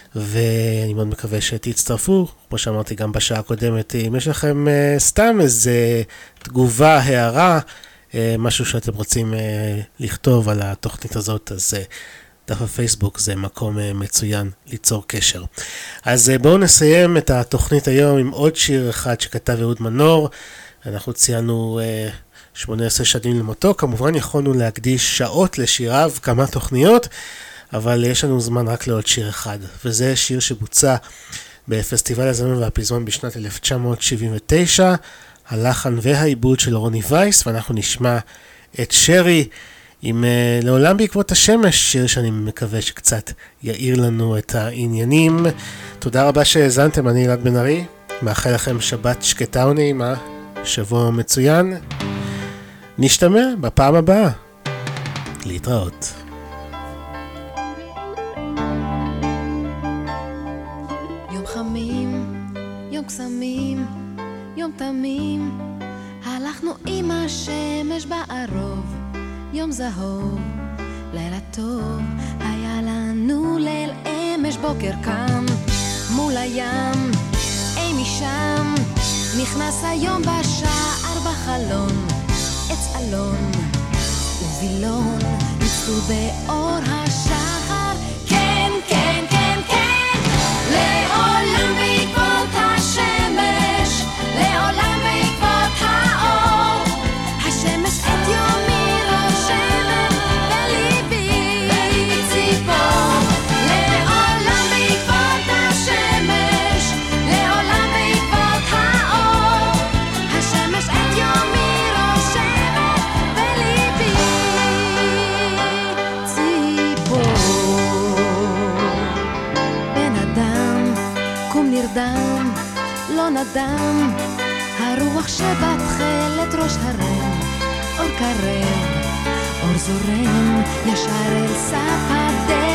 ואני מאוד מקווה שתצטרפו, כמו שאמרתי גם בשעה הקודמת, אם יש לכם אה, סתם איזה תגובה, הערה, משהו שאתם רוצים לכתוב על התוכנית הזאת, אז דף הפייסבוק זה מקום מצוין ליצור קשר. אז בואו נסיים את התוכנית היום עם עוד שיר אחד שכתב אהוד מנור. אנחנו ציינו שמונה עשרה שנים למותו, כמובן יכולנו להקדיש שעות לשיריו, כמה תוכניות, אבל יש לנו זמן רק לעוד שיר אחד, וזה שיר שבוצע בפסטיבל הזמר והפזמון בשנת אלף תשע מאות שבעים ותשע, הלחן והעיבוד של רוני וייס, ואנחנו נשמע את שרי עם uh, לעולם בעקבות השמש, שיר שאני מקווה שקצת יאיר לנו את העניינים. תודה רבה שהזנתם, אני אלעד בן ארי, מאחל לכם שבת שקטה ונעימה, שבוע מצוין, נשתמע בפעם הבאה, להתראות. קסמים, יום תמים, הלכנו עם השמש בערוב, יום זהוב, לילה טוב, היה לנו ליל אמש, בוקר קם, מול הים, אי משם, נכנס היום בשער בחלון, עץ אלון ובילון, ניצלו באור השחר, כן, כן, כן, כן, לעולם בעקבות השמש, לעולם בעקבות האור, השמש את יומי רושמת בליבי ציפור, לעולם בעקבות השמש, לעולם בעקבות האור, השמש את יומי רושמת בליבי ציפור. בן אדם, קום נרדם, לא נדם, הרוח שבתחלת ראש הרם, אור קרב, אור זורם, ישר אל סף הדרך.